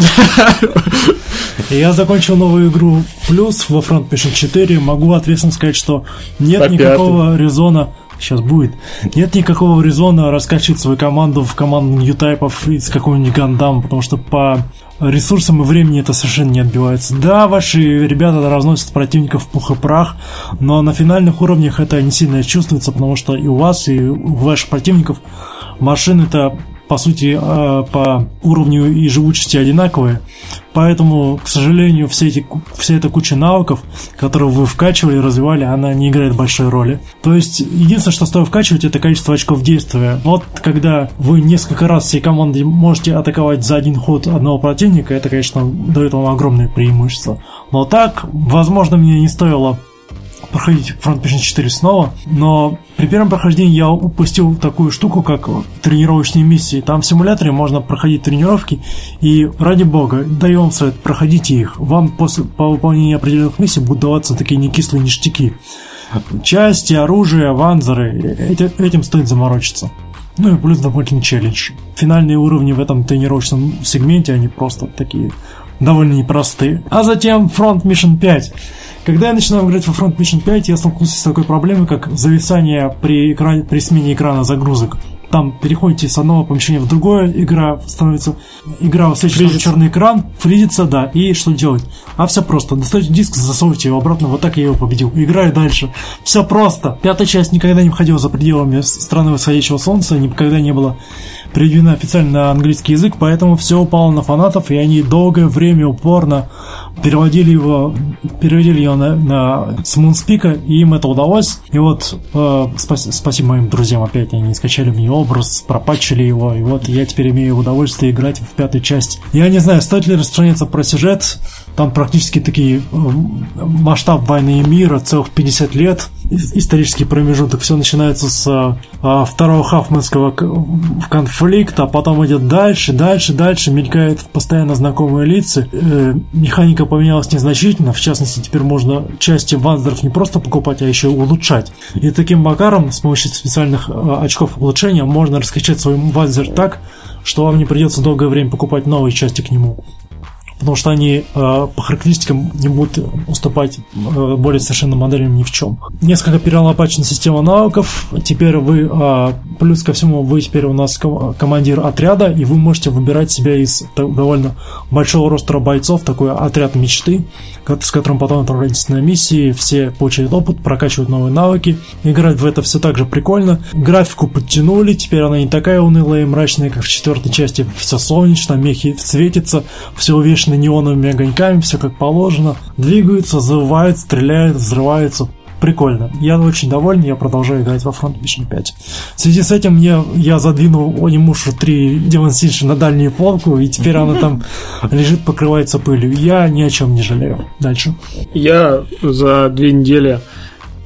Я закончил новую игру плюс во Front Mission четыре. Могу ответственно сказать, что нет никакого резона... Сейчас будет. Нет никакого резона раскачивать свою команду в команду нью-тайпов из какого-нибудь Гандама, потому что по ресурсам и времени это совершенно не отбивается. Да, ваши ребята разносят противников в пух и прах, но на финальных уровнях это не сильно чувствуется, потому что и у вас, и у ваших противников машины-то, по сути, по уровню и живучести одинаковые. Поэтому, к сожалению, все эти, вся эта куча навыков, которые вы вкачивали и развивали, она не играет большой роли. То есть, единственное, что стоит вкачивать, это количество очков действия. Вот, когда вы несколько раз всей командой можете атаковать за один ход одного противника, это, конечно, дает вам огромное преимущество. Но так, возможно, мне не стоило проходить Front Mission четыре снова, но при первом прохождении я упустил такую штуку, как тренировочные миссии. Там в симуляторе можно проходить тренировки, и ради бога, даю вам совет, проходите их. Вам после, по выполнению определенных миссий будут даваться такие некислые ништяки. Части, оружие, ванзеры, эти, этим стоит заморочиться. Ну и плюс дополнительный челлендж. Финальные уровни в этом тренировочном сегменте, они просто такие довольно непростые. А затем Front Mission пять. Когда я начинал играть во Front Mission пять, я столкнулся с такой проблемой, как зависание при, экране, при смене экрана загрузок. Там переходите с одного помещения в другое, игра становится... Игра высвечивает черный экран, фризится, да, и что делать? А все просто. Достаете диск, засовывайте его обратно, вот так я его победил. Играю дальше. Все просто. Пятая часть никогда не входила за пределами страны восходящего солнца, никогда не была переведена официально на английский язык, поэтому все упало на фанатов, и они долгое время упорно переводили его, переводили ее на, на с Moonspeak, и им это удалось. И вот э, спас, спасибо моим друзьям, опять они скачали мне образ, пропатчили его, и вот я теперь имею удовольствие играть в пятую часть. Я не знаю, стоит ли распространяться про сюжет, там практически такие э, масштаб войны и мира, целых пятьдесят лет, исторический промежуток, все начинается с э, второго хафманского конфликта, а потом идет дальше, дальше, дальше, мелькают постоянно знакомые лица, э, механика поменялась незначительно, в частности, теперь можно части ванзеров не просто покупать, а еще улучшать. И таким макаром, с помощью специальных э, очков улучшения, можно раскачать свой ванзер так, что вам не придется долгое время покупать новые части к нему. Потому что они э, по характеристикам не будут уступать э, более совершенным моделям ни в чем. Несколько перелопачена система навыков. Теперь вы, э, плюс ко всему, вы теперь у нас командир отряда, и вы можете выбирать себя из довольно большого роста бойцов, такой отряд мечты, с которым потом отправляетесь на миссии, все получают опыт, прокачивают новые навыки. Играть в это все так же прикольно. Графику подтянули, теперь она не такая унылая и мрачная, как в четвертой части. Все солнечно, мехи светятся, все увешано неоновыми огоньками, все как положено. Двигаются, завывают, стреляют, взрываются. Прикольно. Я очень доволен, я продолжаю играть во Front Mission пять. В связи с этим мне, я задвинул Onimusha три Demon Siege на дальнюю полку, и теперь она там лежит, покрывается пылью. Я ни о чем не жалею. Дальше. Я за две недели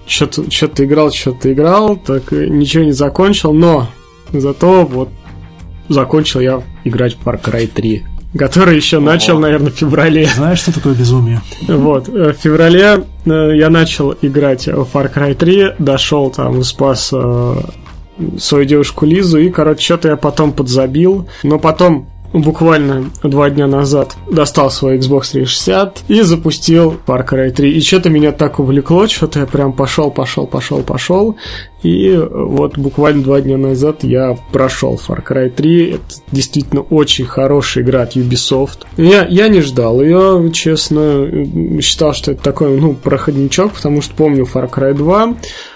что-то, что-то играл, что-то играл, так ничего не закончил, но зато вот закончил я играть в Far Cry три, который еще начал, наверное, в феврале. Знаешь, что такое безумие? Вот, в феврале я начал играть в Far Cry три, дошел там, спас свою девушку Лизу, и, короче, что-то я потом подзабил, но потом буквально два дня назад достал свой Xbox триста шестьдесят и запустил Far Cry три. И что-то меня так увлекло, что-то я прям пошел, пошел, пошел, пошел. И вот буквально два дня назад я прошел Far Cry три. Это действительно очень хорошая игра от Ubisoft. Я, я не ждал ее, честно. Считал, что это такой, ну, проходничок, потому что помню Far Cry два.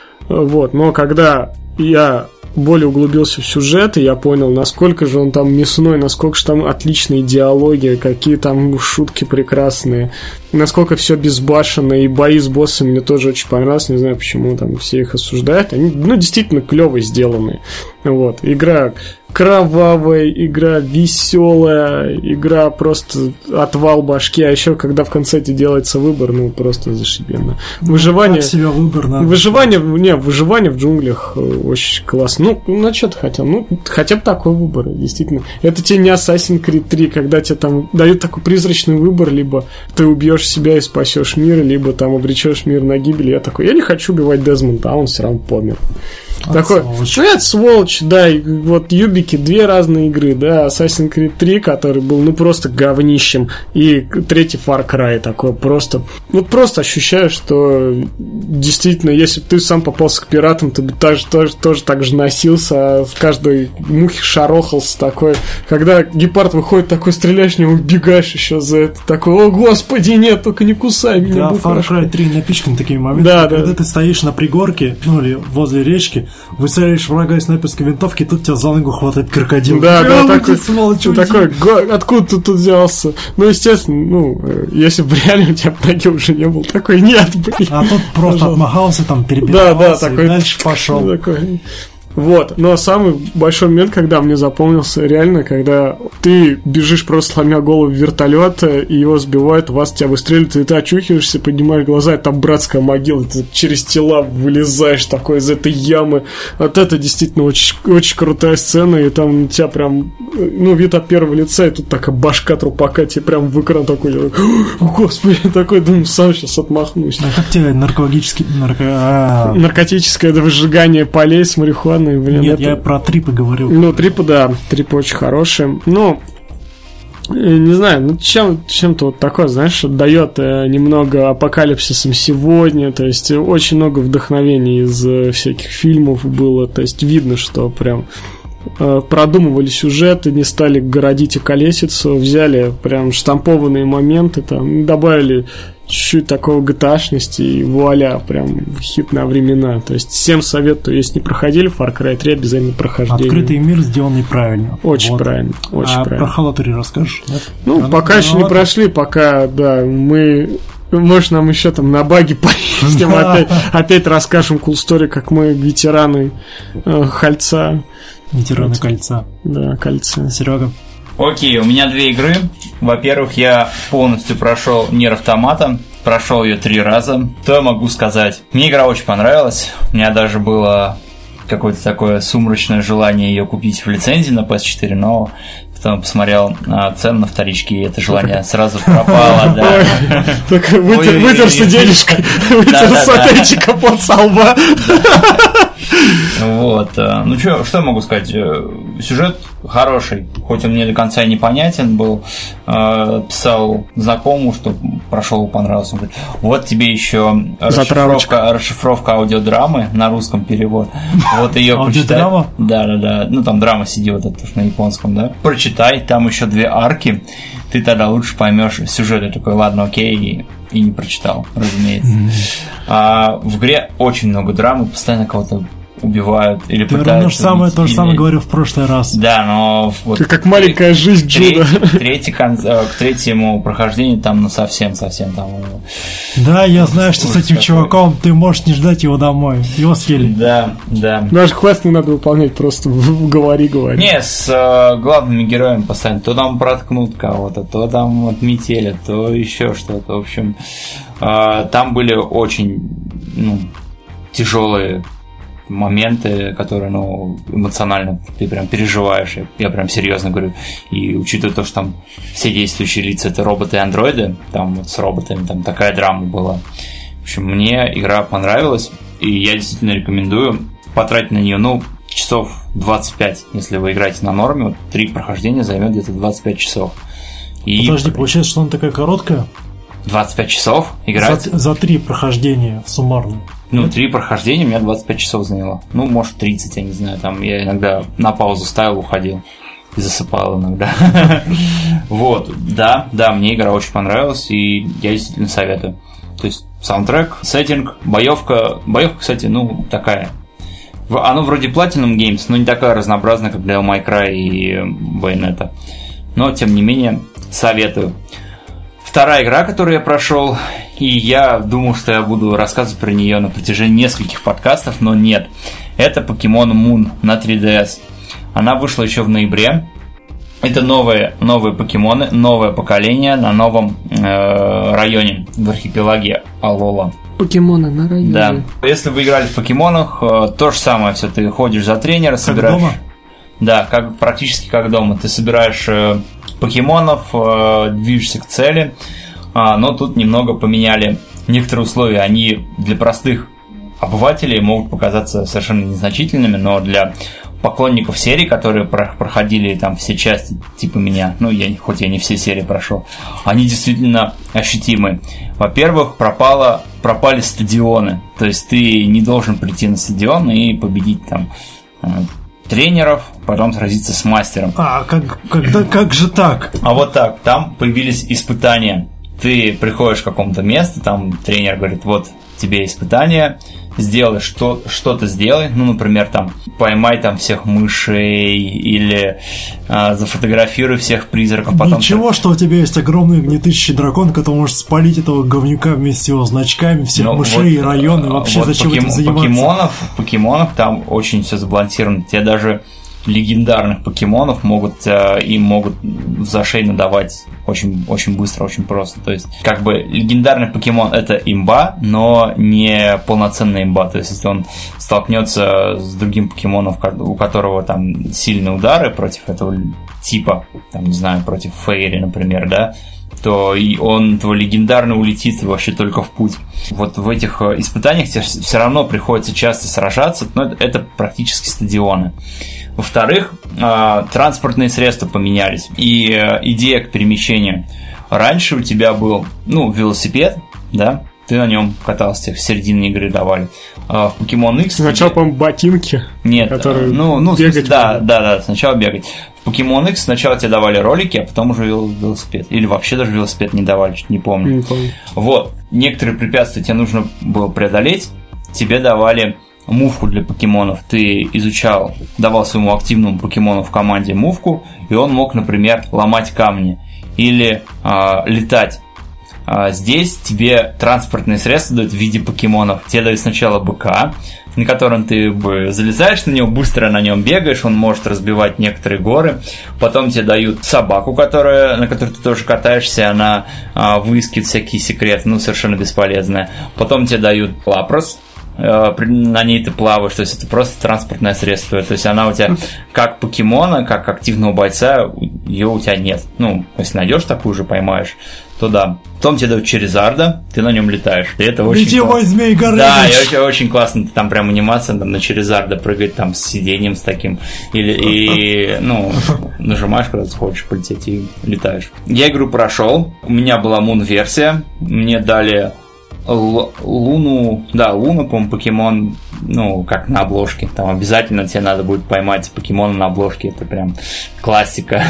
Вот, но когда я более углубился в сюжет, и я понял, насколько же он там мясной, насколько же там отличные диалоги, какие там шутки прекрасные, насколько все безбашенно, и бои с боссами мне тоже очень понравилось, не знаю, почему там все их осуждают, они, ну, действительно клево сделаны. Вот, игра кровавая, игра веселая, игра просто отвал башки, а еще когда в конце делается выбор, ну, просто зашибенно. Выживание... Себя выбор надо. Выживание, не, выживание в джунглях очень классно. Ну, ну, что ты хотел? Ну, хотя бы такой выбор, действительно. Это тебе не Assassin's Creed три, когда тебе там дают такой призрачный выбор, либо ты убьешь себя и спасешь мир, либо там обречешь мир на гибель. Я такой, я не хочу убивать Дезмонда, а он все равно помер. От такой, сволочь. ну, это сволочь, да, и вот Юбики, две разные игры, да, Assassin's Creed три, который был, ну, просто говнищем, и третий Far Cry такой, просто, вот просто ощущаешь, что действительно, если бы ты сам попался к пиратам, ты бы тоже, тоже, тоже так же носился, а в каждой мухе шарохался такой, когда гепард выходит такой, стреляешь в него, убегаешь еще за это, такой, о, господи, нет, только не кусай меня. Да, Far Cry три напичкан такими моментами, да, когда да. ты стоишь на пригорке, ну, или возле речки, выцеливаешь врага из снайперской винтовки, тут тебя за ногу хватает крокодил. Да, да, да, такой, сволочь, такой, го- откуда ты тут взялся? Ну, естественно, ну, если бы реально у тебя ноги уже не было, такой, нет, блин. А тут просто Пожалуйста. отмахался, там, Да, перебирался, да, такой, и дальше пошел. Такой. Вот, но самый большой момент, когда мне запомнился, реально, когда ты бежишь просто сломя голову в вертолет, и его сбивают, вас тебя выстреливают, и ты очухиваешься, поднимаешь глаза, и там братская могила, ты через тела вылезаешь такой из этой ямы. Вот это действительно очень, очень крутая сцена, и там у тебя прям, ну, вид от первого лица, и тут такая башка трупака, тебе прям в экран такой, господи, такой, думаю, сам сейчас отмахнусь. А как тебе наркологический... Нарко... А... Наркотическое выжигание полей с марихуаной. Блин, Нет, это... я про трипы говорил. Ну, трипы, да, трипы очень хорошие. Ну, не знаю, ну чем, чем-то вот такое, знаешь, отдает э, немного апокалипсисом сегодня, то есть очень много вдохновений из э, всяких фильмов было, то есть видно, что прям э, продумывали сюжеты, не стали городить околесицу, взяли прям штампованные моменты, там, добавили чуть-чуть такого джи ти эй-шности, и вуаля, прям хит на времена. То есть всем советую, если не проходили Far Cry три, обязательно прохождение. Открытый мир сделанный правильно. Очень вот. правильно, очень а правильно. про Halo три расскажешь? Нет? Ну, а пока ну, еще не прошли, пока, да, мы... Может, нам еще там на баги поездим, опять, опять расскажем cool story, как мы ветераны э, Кольца. Ветераны вот. Кольца. Да, Кольца. Серега. Окей, у меня две игры. Во-первых, я полностью прошел Нир Автомата. Прошел ее три раза. Что я могу сказать? Мне игра очень понравилась. У меня даже было какое-то такое сумрачное желание ее купить в лицензии на пи эс четыре, но потом посмотрел а, цену на вторички, и это желание сразу пропало. Так вытерся денежкой, вытерся сотейчика под со лба. Вот. Ну, что, что я могу сказать? Сюжет хороший, хоть он мне до конца и непонятен был. Писал знакомому, что прошел, понравился. Он говорит, вот тебе еще расшифровка, расшифровка аудиодрамы на русском перевод. Вот ее прочитай. Да, да, да. Ну, там драма сидит, вот это на японском, да. Прочитай, там еще две арки. Ты тогда лучше поймешь сюжет. Я такой, ладно, окей. И, и не прочитал, разумеется. А, в игре очень много драмы, постоянно кого-то убивают или ты пытаются убить. Самое, то же самое говорил в прошлый раз. Да, но... Вот ты как маленькая жизнь Джуда. Третий, к третьему прохождению там, ну, совсем-совсем там... Да, я знаю, что с этим такой. Чуваком ты можешь не ждать его домой. Его съели. Да, да. Даже квест не надо выполнять, просто говори-говори. Не, с э, главными героями постоянно. То там проткнут кого-то, то там отметили, то еще что-то. В общем, э, там были очень... Ну, тяжелые моменты, которые, ну, эмоционально ты прям переживаешь. Я, я прям серьезно говорю. И учитывая то, что там все действующие лица это роботы и андроиды, там вот с роботами там такая драма была. В общем, мне игра понравилась, и я действительно рекомендую потратить на нее, ну, часов двадцать пять, если вы играете на норме. Вот три прохождения займет где-то двадцать пять часов. И... Подожди, получается, что она такая короткая? двадцать пять часов играть? За, за три прохождения суммарно. Ну, три прохождения у меня двадцать пять часов заняло. Ну, может, тридцать, я не знаю. Там я иногда на паузу ставил, уходил. И засыпал иногда. Вот, да, да, мне игра очень понравилась, и я действительно советую. То есть, саундтрек, сеттинг, боевка. Боевка, кстати, ну, такая. Оно вроде Platinum Games, но не такая разнообразная, как Devil May Cry и Bayonetta. Но, тем не менее, советую. Вторая игра, которую я прошел, и я думал, что я буду рассказывать про нее на протяжении нескольких подкастов, но нет. Это Pokemon Moon на три ди эс. Она вышла еще в ноябре. Это новые, новые покемоны, новое поколение на новом э, районе в архипелаге Алола. Покемоны на районе. Да. Если вы играли в покемонах, э, то же самое все. Ты ходишь за тренера, собираешь. Как дома? Да, как, практически как дома. Ты собираешь э, покемонов, э, движешься к цели. А, но тут немного поменяли некоторые условия. Они для простых обывателей могут показаться совершенно незначительными, но для поклонников серии, которые проходили там все части, типа меня, ну, я, хоть я не все серии прошел, они действительно ощутимы. Во-первых, пропало, пропали стадионы, то есть ты не должен прийти на стадион и победить там э, тренеров, потом сразиться с мастером. А, как, когда, как же так? А вот так, там появились испытания. Ты приходишь к какому-то месту, там тренер говорит, вот тебе испытание, сделай что, что-то сделай, ну, например, там, поймай там всех мышей или а, зафотографируй всех призраков. Потом Ничего, ты... что у тебя есть огромный гнетущий дракон, который может спалить этого говнюка вместе с его значками, всех ну, мышей, вот, районы, вообще вот зачем покем... этим заниматься? Покемонов, покемонов там очень все сбалансировано, тебе даже легендарных покемонов могут э, им могут в зашейно давать очень, очень быстро, очень просто. То есть, как бы легендарный покемон это имба, но не полноценная имба. То есть, если он столкнется с другим покемоном, у которого там сильные удары против этого типа, там, не знаю, против Фейри, например, да, то и он, твой легендарный, улетит вообще только в путь. Вот в этих испытаниях тебе все равно приходится часто сражаться, но это практически стадионы. Во-вторых, транспортные средства поменялись, и идея к перемещению. Раньше у тебя был, ну, велосипед, да, ты на нем катался, в середине игры давали. В Pokemon X... Сначала, тебе... по-моему, ботинки, Нет, которые ну, ну, бегать. Смысле, да, да, да, сначала бегать. В Pokemon X сначала тебе давали ролики, а потом уже велосипед. Или вообще даже велосипед не давали, не помню. Не помню. Вот, некоторые препятствия тебе нужно было преодолеть, тебе давали мувку для покемонов. Ты изучал, давал своему активному покемону в команде мувку, и он мог, например, ломать камни или а, летать. А здесь тебе транспортные средства дают в виде покемонов. Тебе дают сначала быка, на котором ты залезаешь на него, быстро на нем бегаешь, он может разбивать некоторые горы. Потом тебе дают собаку, которая, на которой ты тоже катаешься, она а, выискивает всякие секреты, ну, совершенно бесполезная. Потом тебе дают лапрос, на ней ты плаваешь, то есть это просто транспортное средство, то есть она у тебя как покемона, как активного бойца, ее у тебя нет. Ну, если найдешь такую же, поймаешь, то да. Потом тебе дают Черезарда, ты на нем летаешь. И это очень Летевой змей Горыныч! Да, и очень, очень классно, там прям анимация там, на Черезарда прыгать там с сиденьем с таким. Или, и, ну, нажимаешь, когда ты хочешь полететь и летаешь. Я игру прошел, у меня была Мун-версия, мне дали Л- Луну, да, Луна, по-моему, покемон, ну, как на обложке. Там обязательно тебе надо будет поймать покемона на обложке. Это прям классика.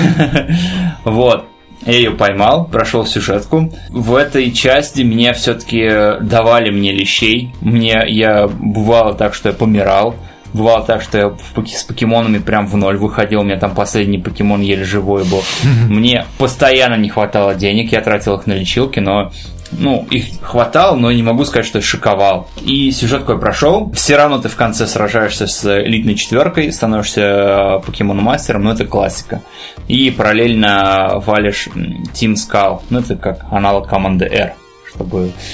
Вот. Я ее поймал, прошел сюжетку. В этой части мне все-таки давали мне лещей. Мне, я бывало так, что я помирал. Бывало так, что я в, с покемонами прям в ноль выходил. У меня там последний покемон еле живой был. Мне постоянно не хватало денег. Я тратил их на лечилки, но... Ну, их хватало, но не могу сказать, что я шиковал. И сюжетку я прошел. Все равно ты в конце сражаешься с элитной четверкой, становишься покемон-мастером, но это классика. И параллельно валишь Team Skull. Ну, это как аналог команды R, чтобы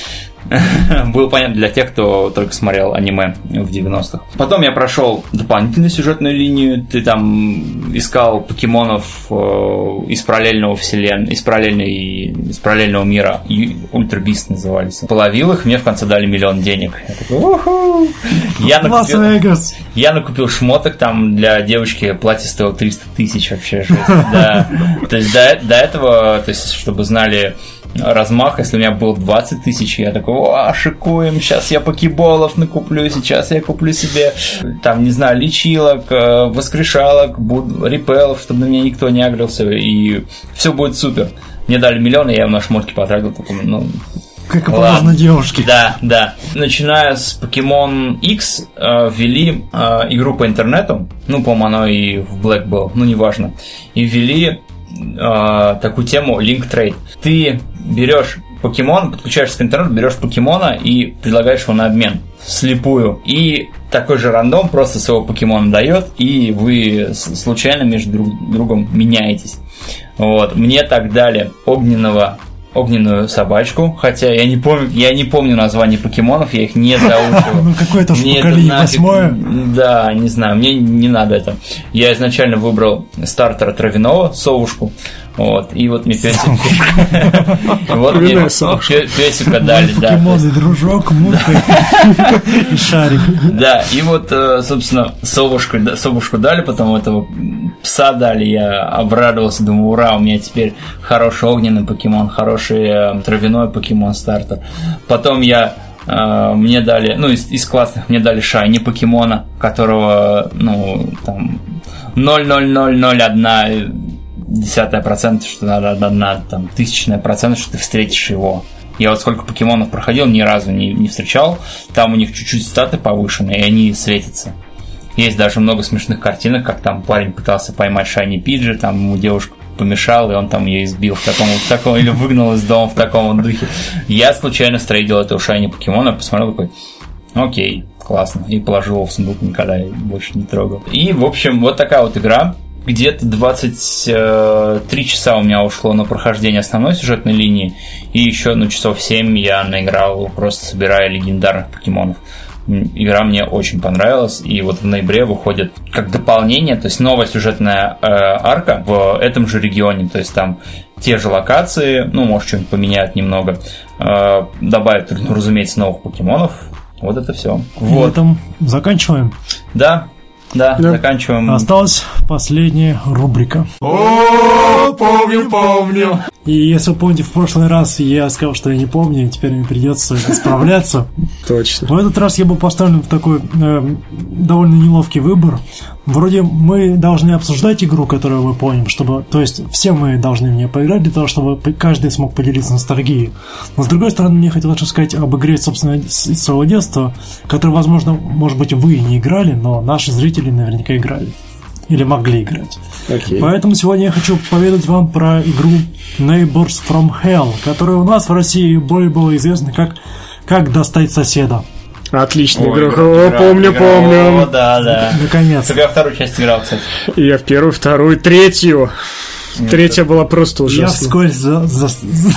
Было понятно для тех, кто только смотрел аниме в девяностых. Потом я прошел дополнительную сюжетную линию. Ты там искал покемонов из параллельного вселенной, из параллельной, из параллельного мира. Ультра Бист назывались. Половил их, мне в конце дали миллион денег. Я такой, уху! Я накупил, я накупил шмоток там для девочки, платье стоило триста тысяч вообще. Жесть. Да. То есть до, до этого, то есть, чтобы знали размах, если у меня был двадцать тысяч, я такой, о, шикуем, сейчас я покеболов накуплю, сейчас я куплю себе, там, не знаю, лечилок, воскрешалок, репелов, чтобы на меня никто не агрился, и все будет супер. Мне дали миллион, и я на шмотки потратил, такой, ну... Как и положено девушке. Да, да. Начиная с Pokemon X э, ввели э, игру по интернету, ну, по-моему, оно и в Black было, ну, неважно, и ввели э, такую тему Link Trade. Ты берешь покемон, подключаешься к интернету, берешь покемона и предлагаешь его на обмен вслепую. И такой же рандом просто своего покемона дает, и вы случайно между друг другом меняетесь. Вот. Мне так дали огненного огненную собачку, хотя я не помню, я не помню название покемонов, я их не заучивал. Ну какое-то ж поколение восьмое. Да, не знаю, мне не надо это. Я изначально выбрал стартера травяного, совушку. Вот, и вот мне песика. Вот мне песика дали, да. Покемоны, дружок, мутка и шарик. Да, и вот, собственно, совушку, совушку дали, потом этого пса дали, я обрадовался, думаю, ура, у меня теперь хороший огненный покемон, хороший травяной покемон стартер. Потом я мне дали, ну, из, из классных мне дали шайни покемона, которого, ну, там, ноль ноль ноль ноль один десятая процента, что надо одна там тысячная процента, что ты встретишь его. Я вот сколько покемонов проходил, ни разу не, не встречал. Там у них чуть-чуть статы повышены, и они светятся. Есть даже много смешных картинок, как там парень пытался поймать Шайни Пиджи, там ему девушка помешала, и он там ее избил в таком, в таком или выгнал из дома в таком вот духе. Я случайно стрейдил этого Шайни покемона, посмотрел такой, окей, классно, и положил его в сундук, никогда больше не трогал. И, в общем, вот такая вот игра. Где-то двадцать три часа у меня ушло на прохождение основной сюжетной линии, и еще ну, часов семь я наиграл, просто собирая легендарных покемонов. Игра мне очень понравилась, и вот в ноябре выходит как дополнение, то есть новая сюжетная э, арка в этом же регионе, то есть там те же локации, ну, может, что-нибудь поменяют немного, э, добавят, ну, разумеется, новых покемонов. Вот это все. Вот. На этом заканчиваем. Да. Да, да, заканчиваем. Осталась последняя рубрика. О, помню, помню. И если вы помните, в прошлый раз я сказал, что я не помню, и теперь мне придется исправляться. Точно. В этот раз я был поставлен в такой э, довольно неловкий выбор. Вроде мы должны обсуждать игру, которую мы помним, чтобы, то есть все мы должны в нее поиграть для того, чтобы каждый смог поделиться ностальгией. Но с другой стороны, мне хотелось сказать об игре, собственно, из своего детства, которую, возможно, может быть, вы не играли, но наши зрители наверняка играли. Или могли играть. Okay. Поэтому сегодня я хочу поведать вам про игру Neighbors from Hell, которая у нас в России более была известна как «Как достать соседа». Отличная Ой, игра. игра, О, помню, игра. помню. О, да, да. Наконец. Я вторую часть играл, кстати. Я в первую, вторую, третью. Нет, Третья была просто ужасная. Я вскользь за, за,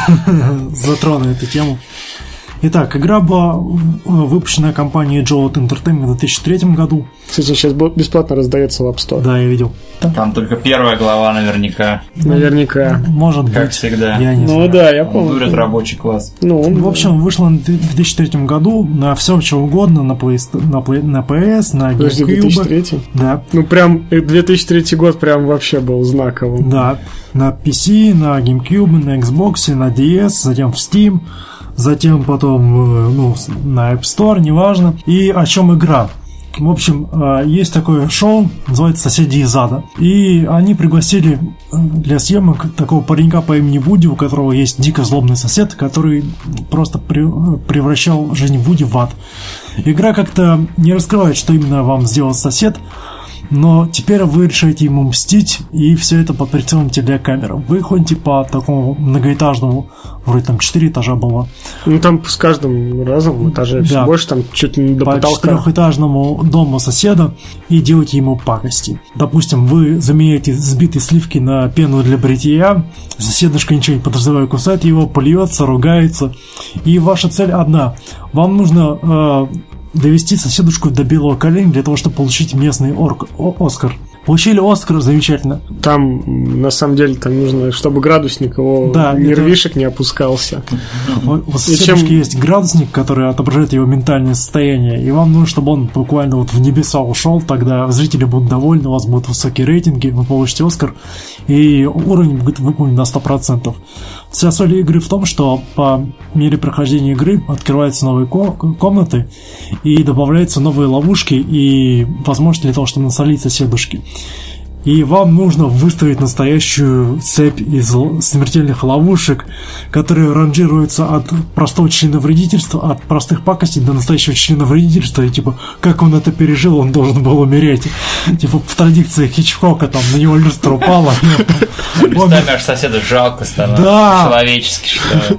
затрону эту тему. Итак, игра была выпущена компанией Jolot Entertainment в две тысячи третьем году. Кстати, сейчас бесплатно раздается в App Store. Да, я видел. Там только первая глава наверняка. Наверняка. Может быть. Как всегда. Я не Ну знаю. да, я Он помню. дурит рабочий класс. Ну, он, В общем, вышла в две тысячи третьем году на все, что угодно, на, Play, на, Play, на пи эс, на подожди, две тысячи GameCube. третий? Да, Ну, прям две тысячи третий год прям вообще был знаковым. да. На пи си, на GameCube, на Xbox, на ди эс, затем в Steam, затем потом э, ну, на App Store, неважно. И о чем игра? В общем, э, есть такое шоу, называется «Соседи из ада». И они пригласили э, для съемок такого паренька по имени Вуди, у которого есть дико злобный сосед, который просто при- превращал жизнь Вуди в ад. Игра как-то не раскрывает, что именно вам сделал сосед, Но теперь вы решаете ему мстить, и все это под прицелом телекамеры. Вы ходите по такому многоэтажному, вроде там четыре этажа было. Ну там с каждым разом этаже все да. больше, там чуть ли не до по потолка. По четырехэтажному дому соседа и делаете ему пакости. Допустим, вы заменяете сбитые сливки на пену для бритья, соседушка ничего не подозревая кусает его, плюется, ругается. И ваша цель одна. Вам нужно э, довести соседушку до белого коленя для того, чтобы получить местный орк, о, Оскар. Получили Оскар, замечательно. Там, на самом деле, там нужно, чтобы градусник его да, нервишек это... не опускался. У соседушки чем... есть градусник, который отображает его ментальное состояние, и вам нужно, чтобы он буквально вот в небеса ушел, тогда зрители будут довольны, у вас будут высокие рейтинги, вы получите Оскар, и уровень будет выполнен на сто процентов. Вся соль игры в том, что по мере прохождения игры открываются новые ко- комнаты и добавляются новые ловушки и возможности для того, чтобы насолить соседушки. И вам нужно выставить настоящую цепь из смертельных ловушек, которые ранжируются от простого членовредительства, от простых пакостей до настоящего членовредительства. И типа, как он это пережил, он должен был умереть. Типа, в традиции Хичкока, там, на него люстра упала. Местами аж соседа жалко стало. Человечески, что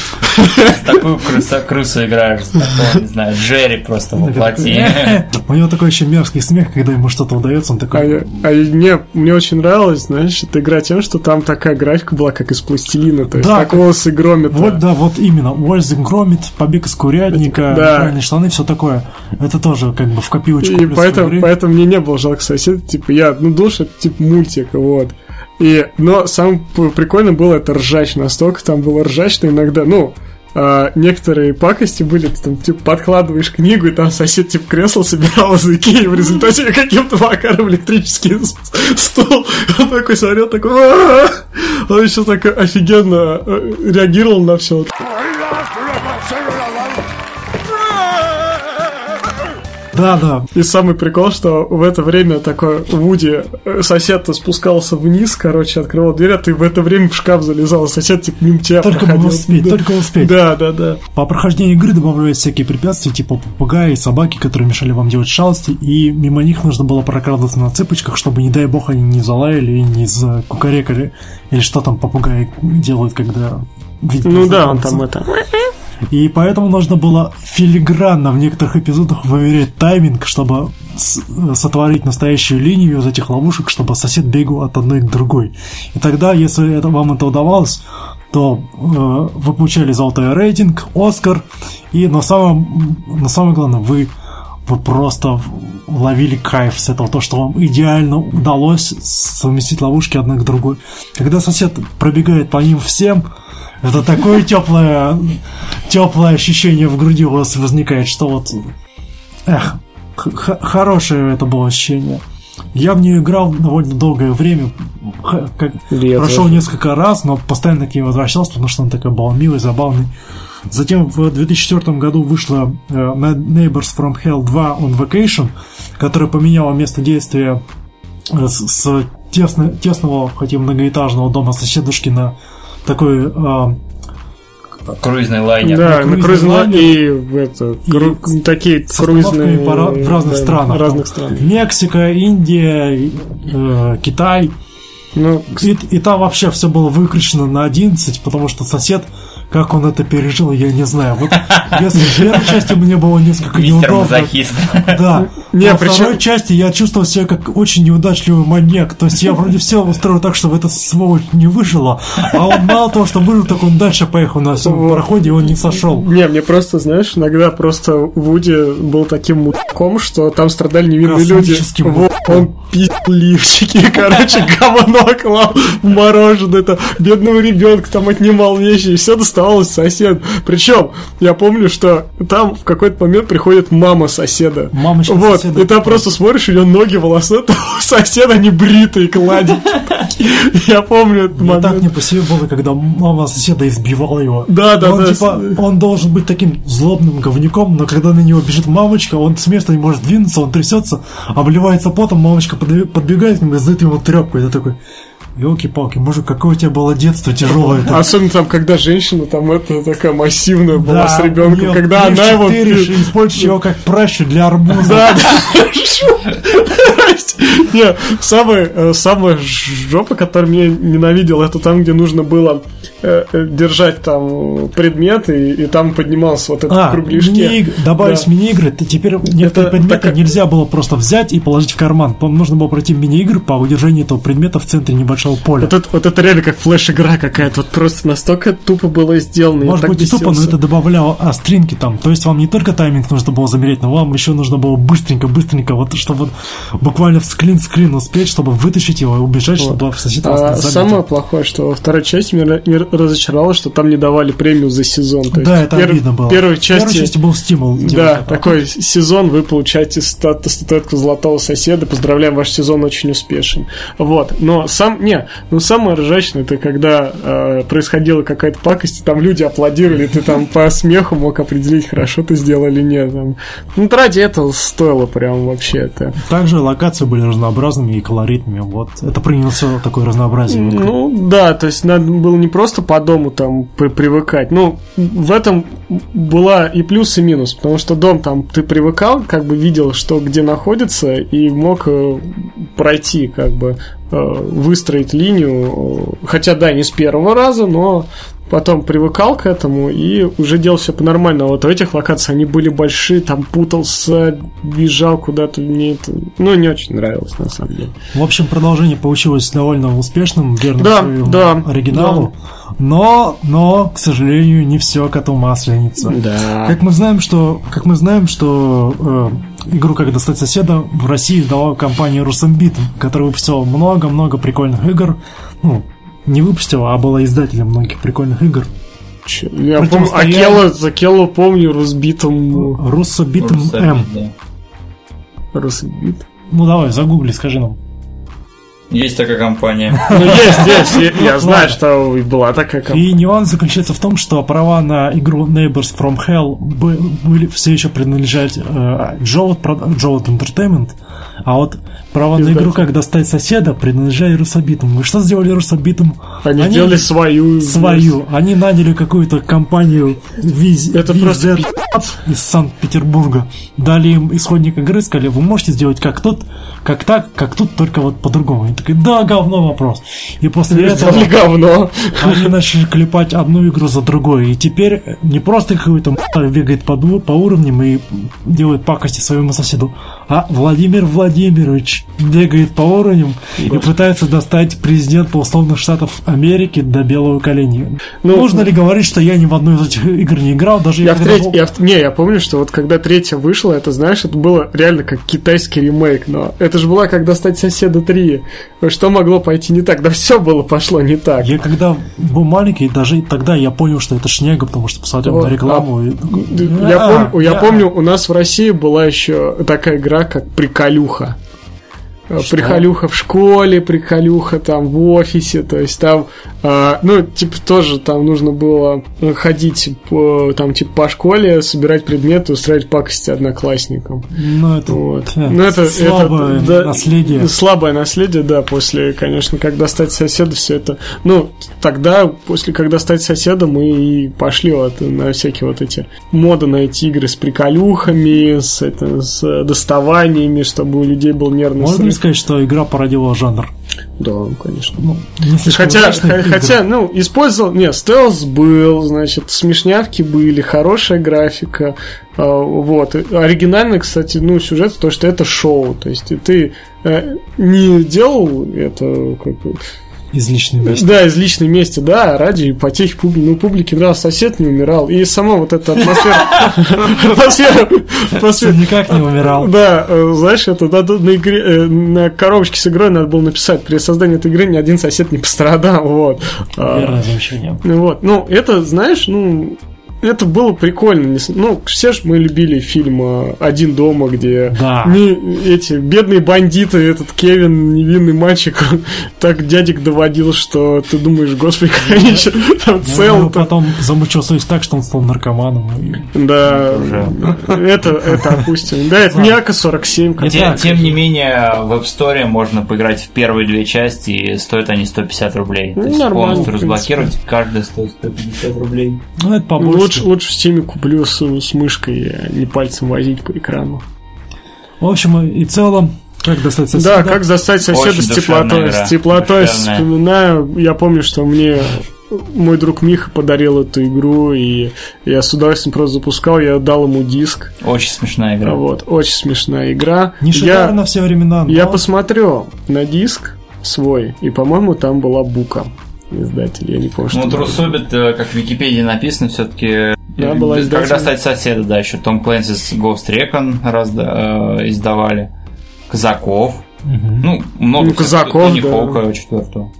с такую крысу играешь, не знаю, Джерри просто воплоти. У него такой еще мерзкий смех, когда ему что-то удается, он такой... Мне, мне очень нравилась, знаешь, эта игра тем, что там такая графика была, как из пластилина, то есть да, как волосы Громита. Вот, да, вот именно. Уоллес Громит, побег из курятника, да. правильные штаны, все такое. Это тоже как бы в копилочку. И поэтому, поэтому мне не было жалко соседа, типа, я, ну, душ, это типа мультик, вот. И, но самое прикольное было это ржач, настолько там было ржачно иногда, ну... А, некоторые пакости были, ты там, типа, подкладываешь книгу, и там сосед, типа, кресло собирал из Икеи, в результате каким-то макаром электрический стол. Он такой смотрел, такой... Он еще так офигенно реагировал на все. Да, да. И самый прикол, что в это время такой Вуди, сосед-то спускался вниз, короче, открывал дверь, а ты в это время в шкаф залезал, сосед типа мимо тебя только проходил. Успеть, да. Только успеть. Да, да, да. По прохождению игры добавляются всякие препятствия, типа попугаи, собаки, которые мешали вам делать шалости, и мимо них нужно было прокрадываться на цыпочках, чтобы, не дай бог, они не залаяли и не закукарекали, или что там попугаи делают, когда... Ну да, он там это... И поэтому нужно было филигранно в некоторых эпизодах выверять тайминг, чтобы сотворить настоящую линию из этих ловушек, чтобы сосед бегал от одной к другой. И тогда, если это, вам это удавалось, то э, вы получали золотой рейтинг, Оскар, и на самом, на самое главное, вы, вы просто ловили кайф с этого, то, что вам идеально удалось совместить ловушки одна к другой. Когда сосед пробегает по ним всем, это такое теплое, теплое ощущение в груди у вас возникает, что вот, эх, х- хорошее это было ощущение. Я в нее играл довольно долгое время, как, прошел несколько раз, но постоянно к ней возвращался, потому что она такая была милой, забавной. Затем в две тысячи четвёртом году вышла Neighbors from Hell два on Vacation, которая поменяла место действия с, с тесно, тесного, хотя и многоэтажного дома соседушки на такой э, круизный лайнер. Да, на круизный лайнер и, это, и кру- такие круизные пора, в разных да, странах. В разных странах. Мексика, Индия, э, Китай. Ну, и, и там вообще все было выкручено на одиннадцать, потому что сосед, как он это пережил, я не знаю. Вот если в первой части мне было несколько неудобно. Да. Не, во причем... второй части я чувствовал себя как очень неудачливый маньяк. То есть я вроде все устроил так, чтобы эта сволочь не выжила, а он мало того, что выжил, так он дальше поехал на всем пароходе, и он не сошел. Не, мне просто, знаешь, иногда просто Вуди был таким мутком, что там страдали невинные люди. Вот, он пил лифчики, короче, говно клал в мороженое, это бедного ребенка там отнимал вещи, и все доставалось сосед. Причем, я помню, что там в какой-то момент приходит мама соседа. Мамочка вот, соседа. И там просто смотришь, ее ноги волосатые, у соседа они бритые, кладенькие. Я помню этот момент. Так не по себе было, когда мама соседа избивала его. Да, да, он, да. Типа, он должен быть таким злобным говнюком, но когда на него бежит мамочка, он с места не может двинуться, он трясется, обливается потом, мамочка подбегает к нему и сдает ему трёпку. Это такой... Ёлки-палки, мужик, какое у тебя было детство тяжелое. Особенно там, когда женщина там это такая массивная была, да, с ребенком, когда она его... Используешь его как пращу для арбуза. Да, да. Не, самая, самая жопа, которую я ненавидел, это там, где нужно было держать там предметы, и, и там поднимался вот этот а, кругляшки. Мини-игры, добавились да. мини-игры, то теперь некоторые это, предметы так... нельзя было просто взять и положить в карман. Нужно было пройти мини-игры по удержанию этого предмета в центре небольшого поля. Вот это, вот это реально как флеш-игра какая-то, вот просто настолько тупо было сделано. Может быть и тупо, но это добавляло остринки там. То есть вам не только тайминг нужно было замереть, но вам еще нужно было быстренько-быстренько, вот чтобы буквально в склин-скрин успеть, чтобы вытащить его и убежать, вот. Чтобы сосед вас а не заметил. Самое плохое, что во второй части меня разочаровало, что там не давали премию за сезон. То да, есть это пер... обидно было. В первой части... В первой части был стимул. Да, такой сезон, вы получаете стат... статуэтку золотого соседа, поздравляем, ваш сезон очень успешен. Вот, но сам... Не, ну самое ржачное, это когда э, происходила какая-то пакость, там люди аплодировали, ты там по смеху мог определить, хорошо ты сделал или нет. Там. Ну, ради этого стоило прям вообще это. Также локации были разнообразными и колоритными, вот. Это приняло такое разнообразие. Ну, да, то есть надо было не просто по дому там при- привыкать. Ну, в этом была и плюс, и минус, потому что дом там ты привыкал, как бы видел, что где находится, и мог э, пройти, как бы э, выстроить линию, хотя да, не с первого раза, но потом привыкал к этому и уже делал все по-нормальному. Вот в этих локациях они были большие, там путался, бежал куда-то, мне это, ну, не очень нравилось, на самом деле. В общем, продолжение получилось довольно успешным, верным да, своему да, оригиналу. Да. Но, но, к сожалению, не все коту масленица. Да. Как мы знаем, что, как мы знаем, что э, игру «Как достать соседа» в России издала компания Rusambit, которая выпустила много-много прикольных игр. Ну, не выпустила, а была издателем многих прикольных игр. Че? Я помню, Акела, Акела помню, Русбитом. Руссобитом М. Руссобит. Ну давай, загугли, скажи нам. Есть такая компания. Ну есть, есть, я знаю, что была такая компания. И нюанс заключается в том, что права на игру Neighbors from Hell были все еще принадлежать Jowett Entertainment, а вот права на игру «Как достать соседа» принадлежали Руссобитам. И что сделали Руссобитам? Они, Они сделали свою. Свою. Они наняли какую-то компанию Виз... Это просто из Санкт-Петербурга. Дали им исходник игры, сказали, вы можете сделать как тут, как так, как тут, только вот по-другому. Они такие, да, говно вопрос. И после этого говно. Они начали клепать одну игру за другой. И теперь не просто какой-то бегает по, по уровням и делает пакости своему соседу, а Владимир Владимирович бегает по уровням и пытается достать президента условных штатов Америки до белого коленя. Ну, Нужно ли говорить, что я ни в одной из этих игр не играл, даже я я в треть, был... я в... Не, я помню, что вот когда третья вышла, это, знаешь, это было реально как китайский ремейк, но это же была «Как достать соседа три». Что могло пойти не так? Да все было пошло не так. Я когда был маленький, даже тогда я понял, что это шняга, потому что посмотрел вот, на рекламу. А... И... Я, а, пом... я, я помню, у нас в России была еще такая игра, как «Приколюха». Что? Приколюха в школе, приколюха там в офисе, то есть там, э, ну, типа, тоже там нужно было ходить по, там, типа, по школе, собирать предметы, устраивать пакости одноклассникам. Ну, это, вот. э, ну, это слабое это, да, наследие. Слабое наследие, да, после, конечно, «Как достать соседа», все это, ну, тогда, после «Как достать соседа», мы и пошли вот на всякие вот эти моды на эти игры с приколюхами, с, это, с доставаниями, чтобы у людей был нервный срыв. Сказать, что игра породила жанр. Да, конечно. Ну, хотя, хотя, ну, использовал... Не, стелс был, значит, смешнявки были, хорошая графика. Э, вот. Оригинальный, кстати, ну, сюжет, то, что это шоу. То есть ты э, не делал это... Как, из личной мести. Да, из личной мести, да, ради потехи публики. Ну, публике нравился, сосед не умирал. И сама вот эта атмосфера... Атмосфера... Никак не умирал. Да, знаешь, это на игре, на коробочке с игрой надо было написать, при создании этой игры ни один сосед не пострадал, вот. Верное замечание. Вот, ну, это, знаешь, ну... это было прикольно. Ну, все же мы любили фильм «Один дома», где да. не, эти бедные бандиты, этот Кевин, невинный мальчик, так дядик доводил, что ты думаешь, господи, как они еще там цел. Потом замучил совесть так, что он стал наркоманом. Да, это, это опустим. Да, это не А К сорок семь. Тем, тем не менее, в App Store можно поиграть в первые две части, и стоят они сто пятьдесят рублей. То есть полностью разблокировать, каждая стоит сто пятьдесят рублей. Ну, это побольше. Лучше, лучше в Steam куплю с, с мышкой, а не пальцем возить по экрану. В общем и целом, как достать соседа? Да, как достать соседа с теплотой. Игра. С теплотой душевная. Вспоминаю. Я помню, что мне мой друг Миха подарил эту игру, и я с удовольствием просто запускал, я дал ему диск. Очень смешная игра. Вот, очень смешная игра. Не шикарно на все времена. Но... Я посмотрю на диск свой, и, по-моему, там была Бука. Издатель, я не помню, что. Ну, Трусобит, как в Википедии написано, все-таки. Да, была издатель. Когда стать соседа, да, еще Том Клэнсис Ghost Recon разда, э, издавали. Казаков. Угу. Ну, много ну, Казаков, Тони да. Хоука четвертого.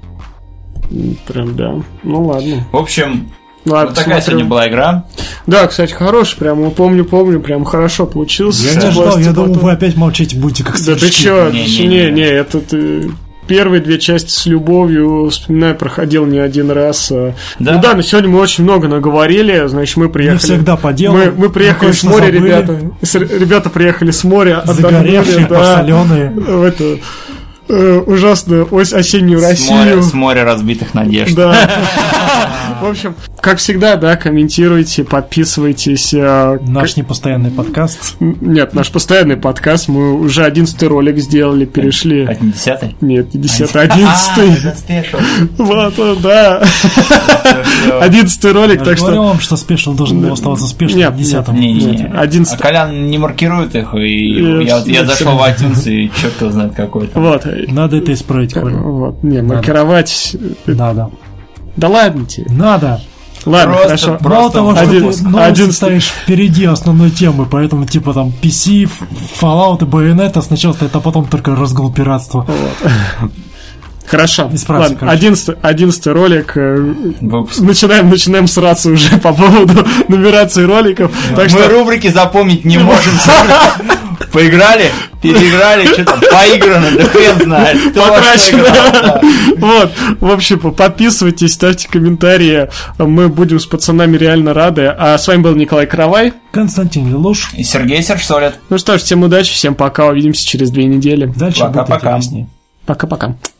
Прям, да. Ну, ладно. В общем, ладно, вот такая сегодня была игра. Да, кстати, хорошая, прям, помню, помню, прям хорошо получился. Я не ждал, я думал, вы опять молчите, будете как Да ты чё, не, не, не, не, это ты... Первые две части с любовью, вспоминаю, проходил не один раз. Да? Ну да, но сегодня мы очень много наговорили, значит, мы приехали... Не всегда по делу. Мы, мы приехали с моря, забыли. ребята. Ребята приехали с моря. Загоревшие, да, посоленые. В эту э, ужасную ось, осеннюю с Россию. Моря, с моря разбитых надежд. Да. В общем, как всегда, да, комментируйте, подписывайтесь. Наш непостоянный подкаст. Нет, наш постоянный подкаст. Мы уже одиннадцатый ролик сделали, перешли. А не десятый? Нет, не десятый, одиннадцатый. Вот, да. Одиннадцатый ролик, так что... Я говорю вам, что спешл должен был оставаться спешным в десятом. А Колян не маркирует их, и я зашел в iTunes, и черт его знает какой-то. Вот. Надо это исправить, Коля. Вот, не, маркировать... Надо. Да ладно тебе. Надо. Ладно, просто, хорошо. Просто Мало того, что один, ты новости стоишь впереди основной темы, поэтому типа там пи си, Fallout и Bayonetta сначала стоит, а потом только разгул пиратства. Вот. Хорошо. Ладно, одиннадцатый, одиннадцатый ролик. Начинаем, начинаем сраться уже по поводу нумерации роликов. Так Мы что... рубрики запомнить не можем. Поиграли, переиграли, что там, поиграно, да хрен знает. Потрачено. Да. Вот, в общем, подписывайтесь, ставьте комментарии. Мы будем с пацанами реально рады. А с вами был Николай Каравай, Константин Лелуш и Сергей Сержсолид. Ну что ж, всем удачи, всем пока, увидимся через две недели. Дальше будет интереснее. Пока-пока.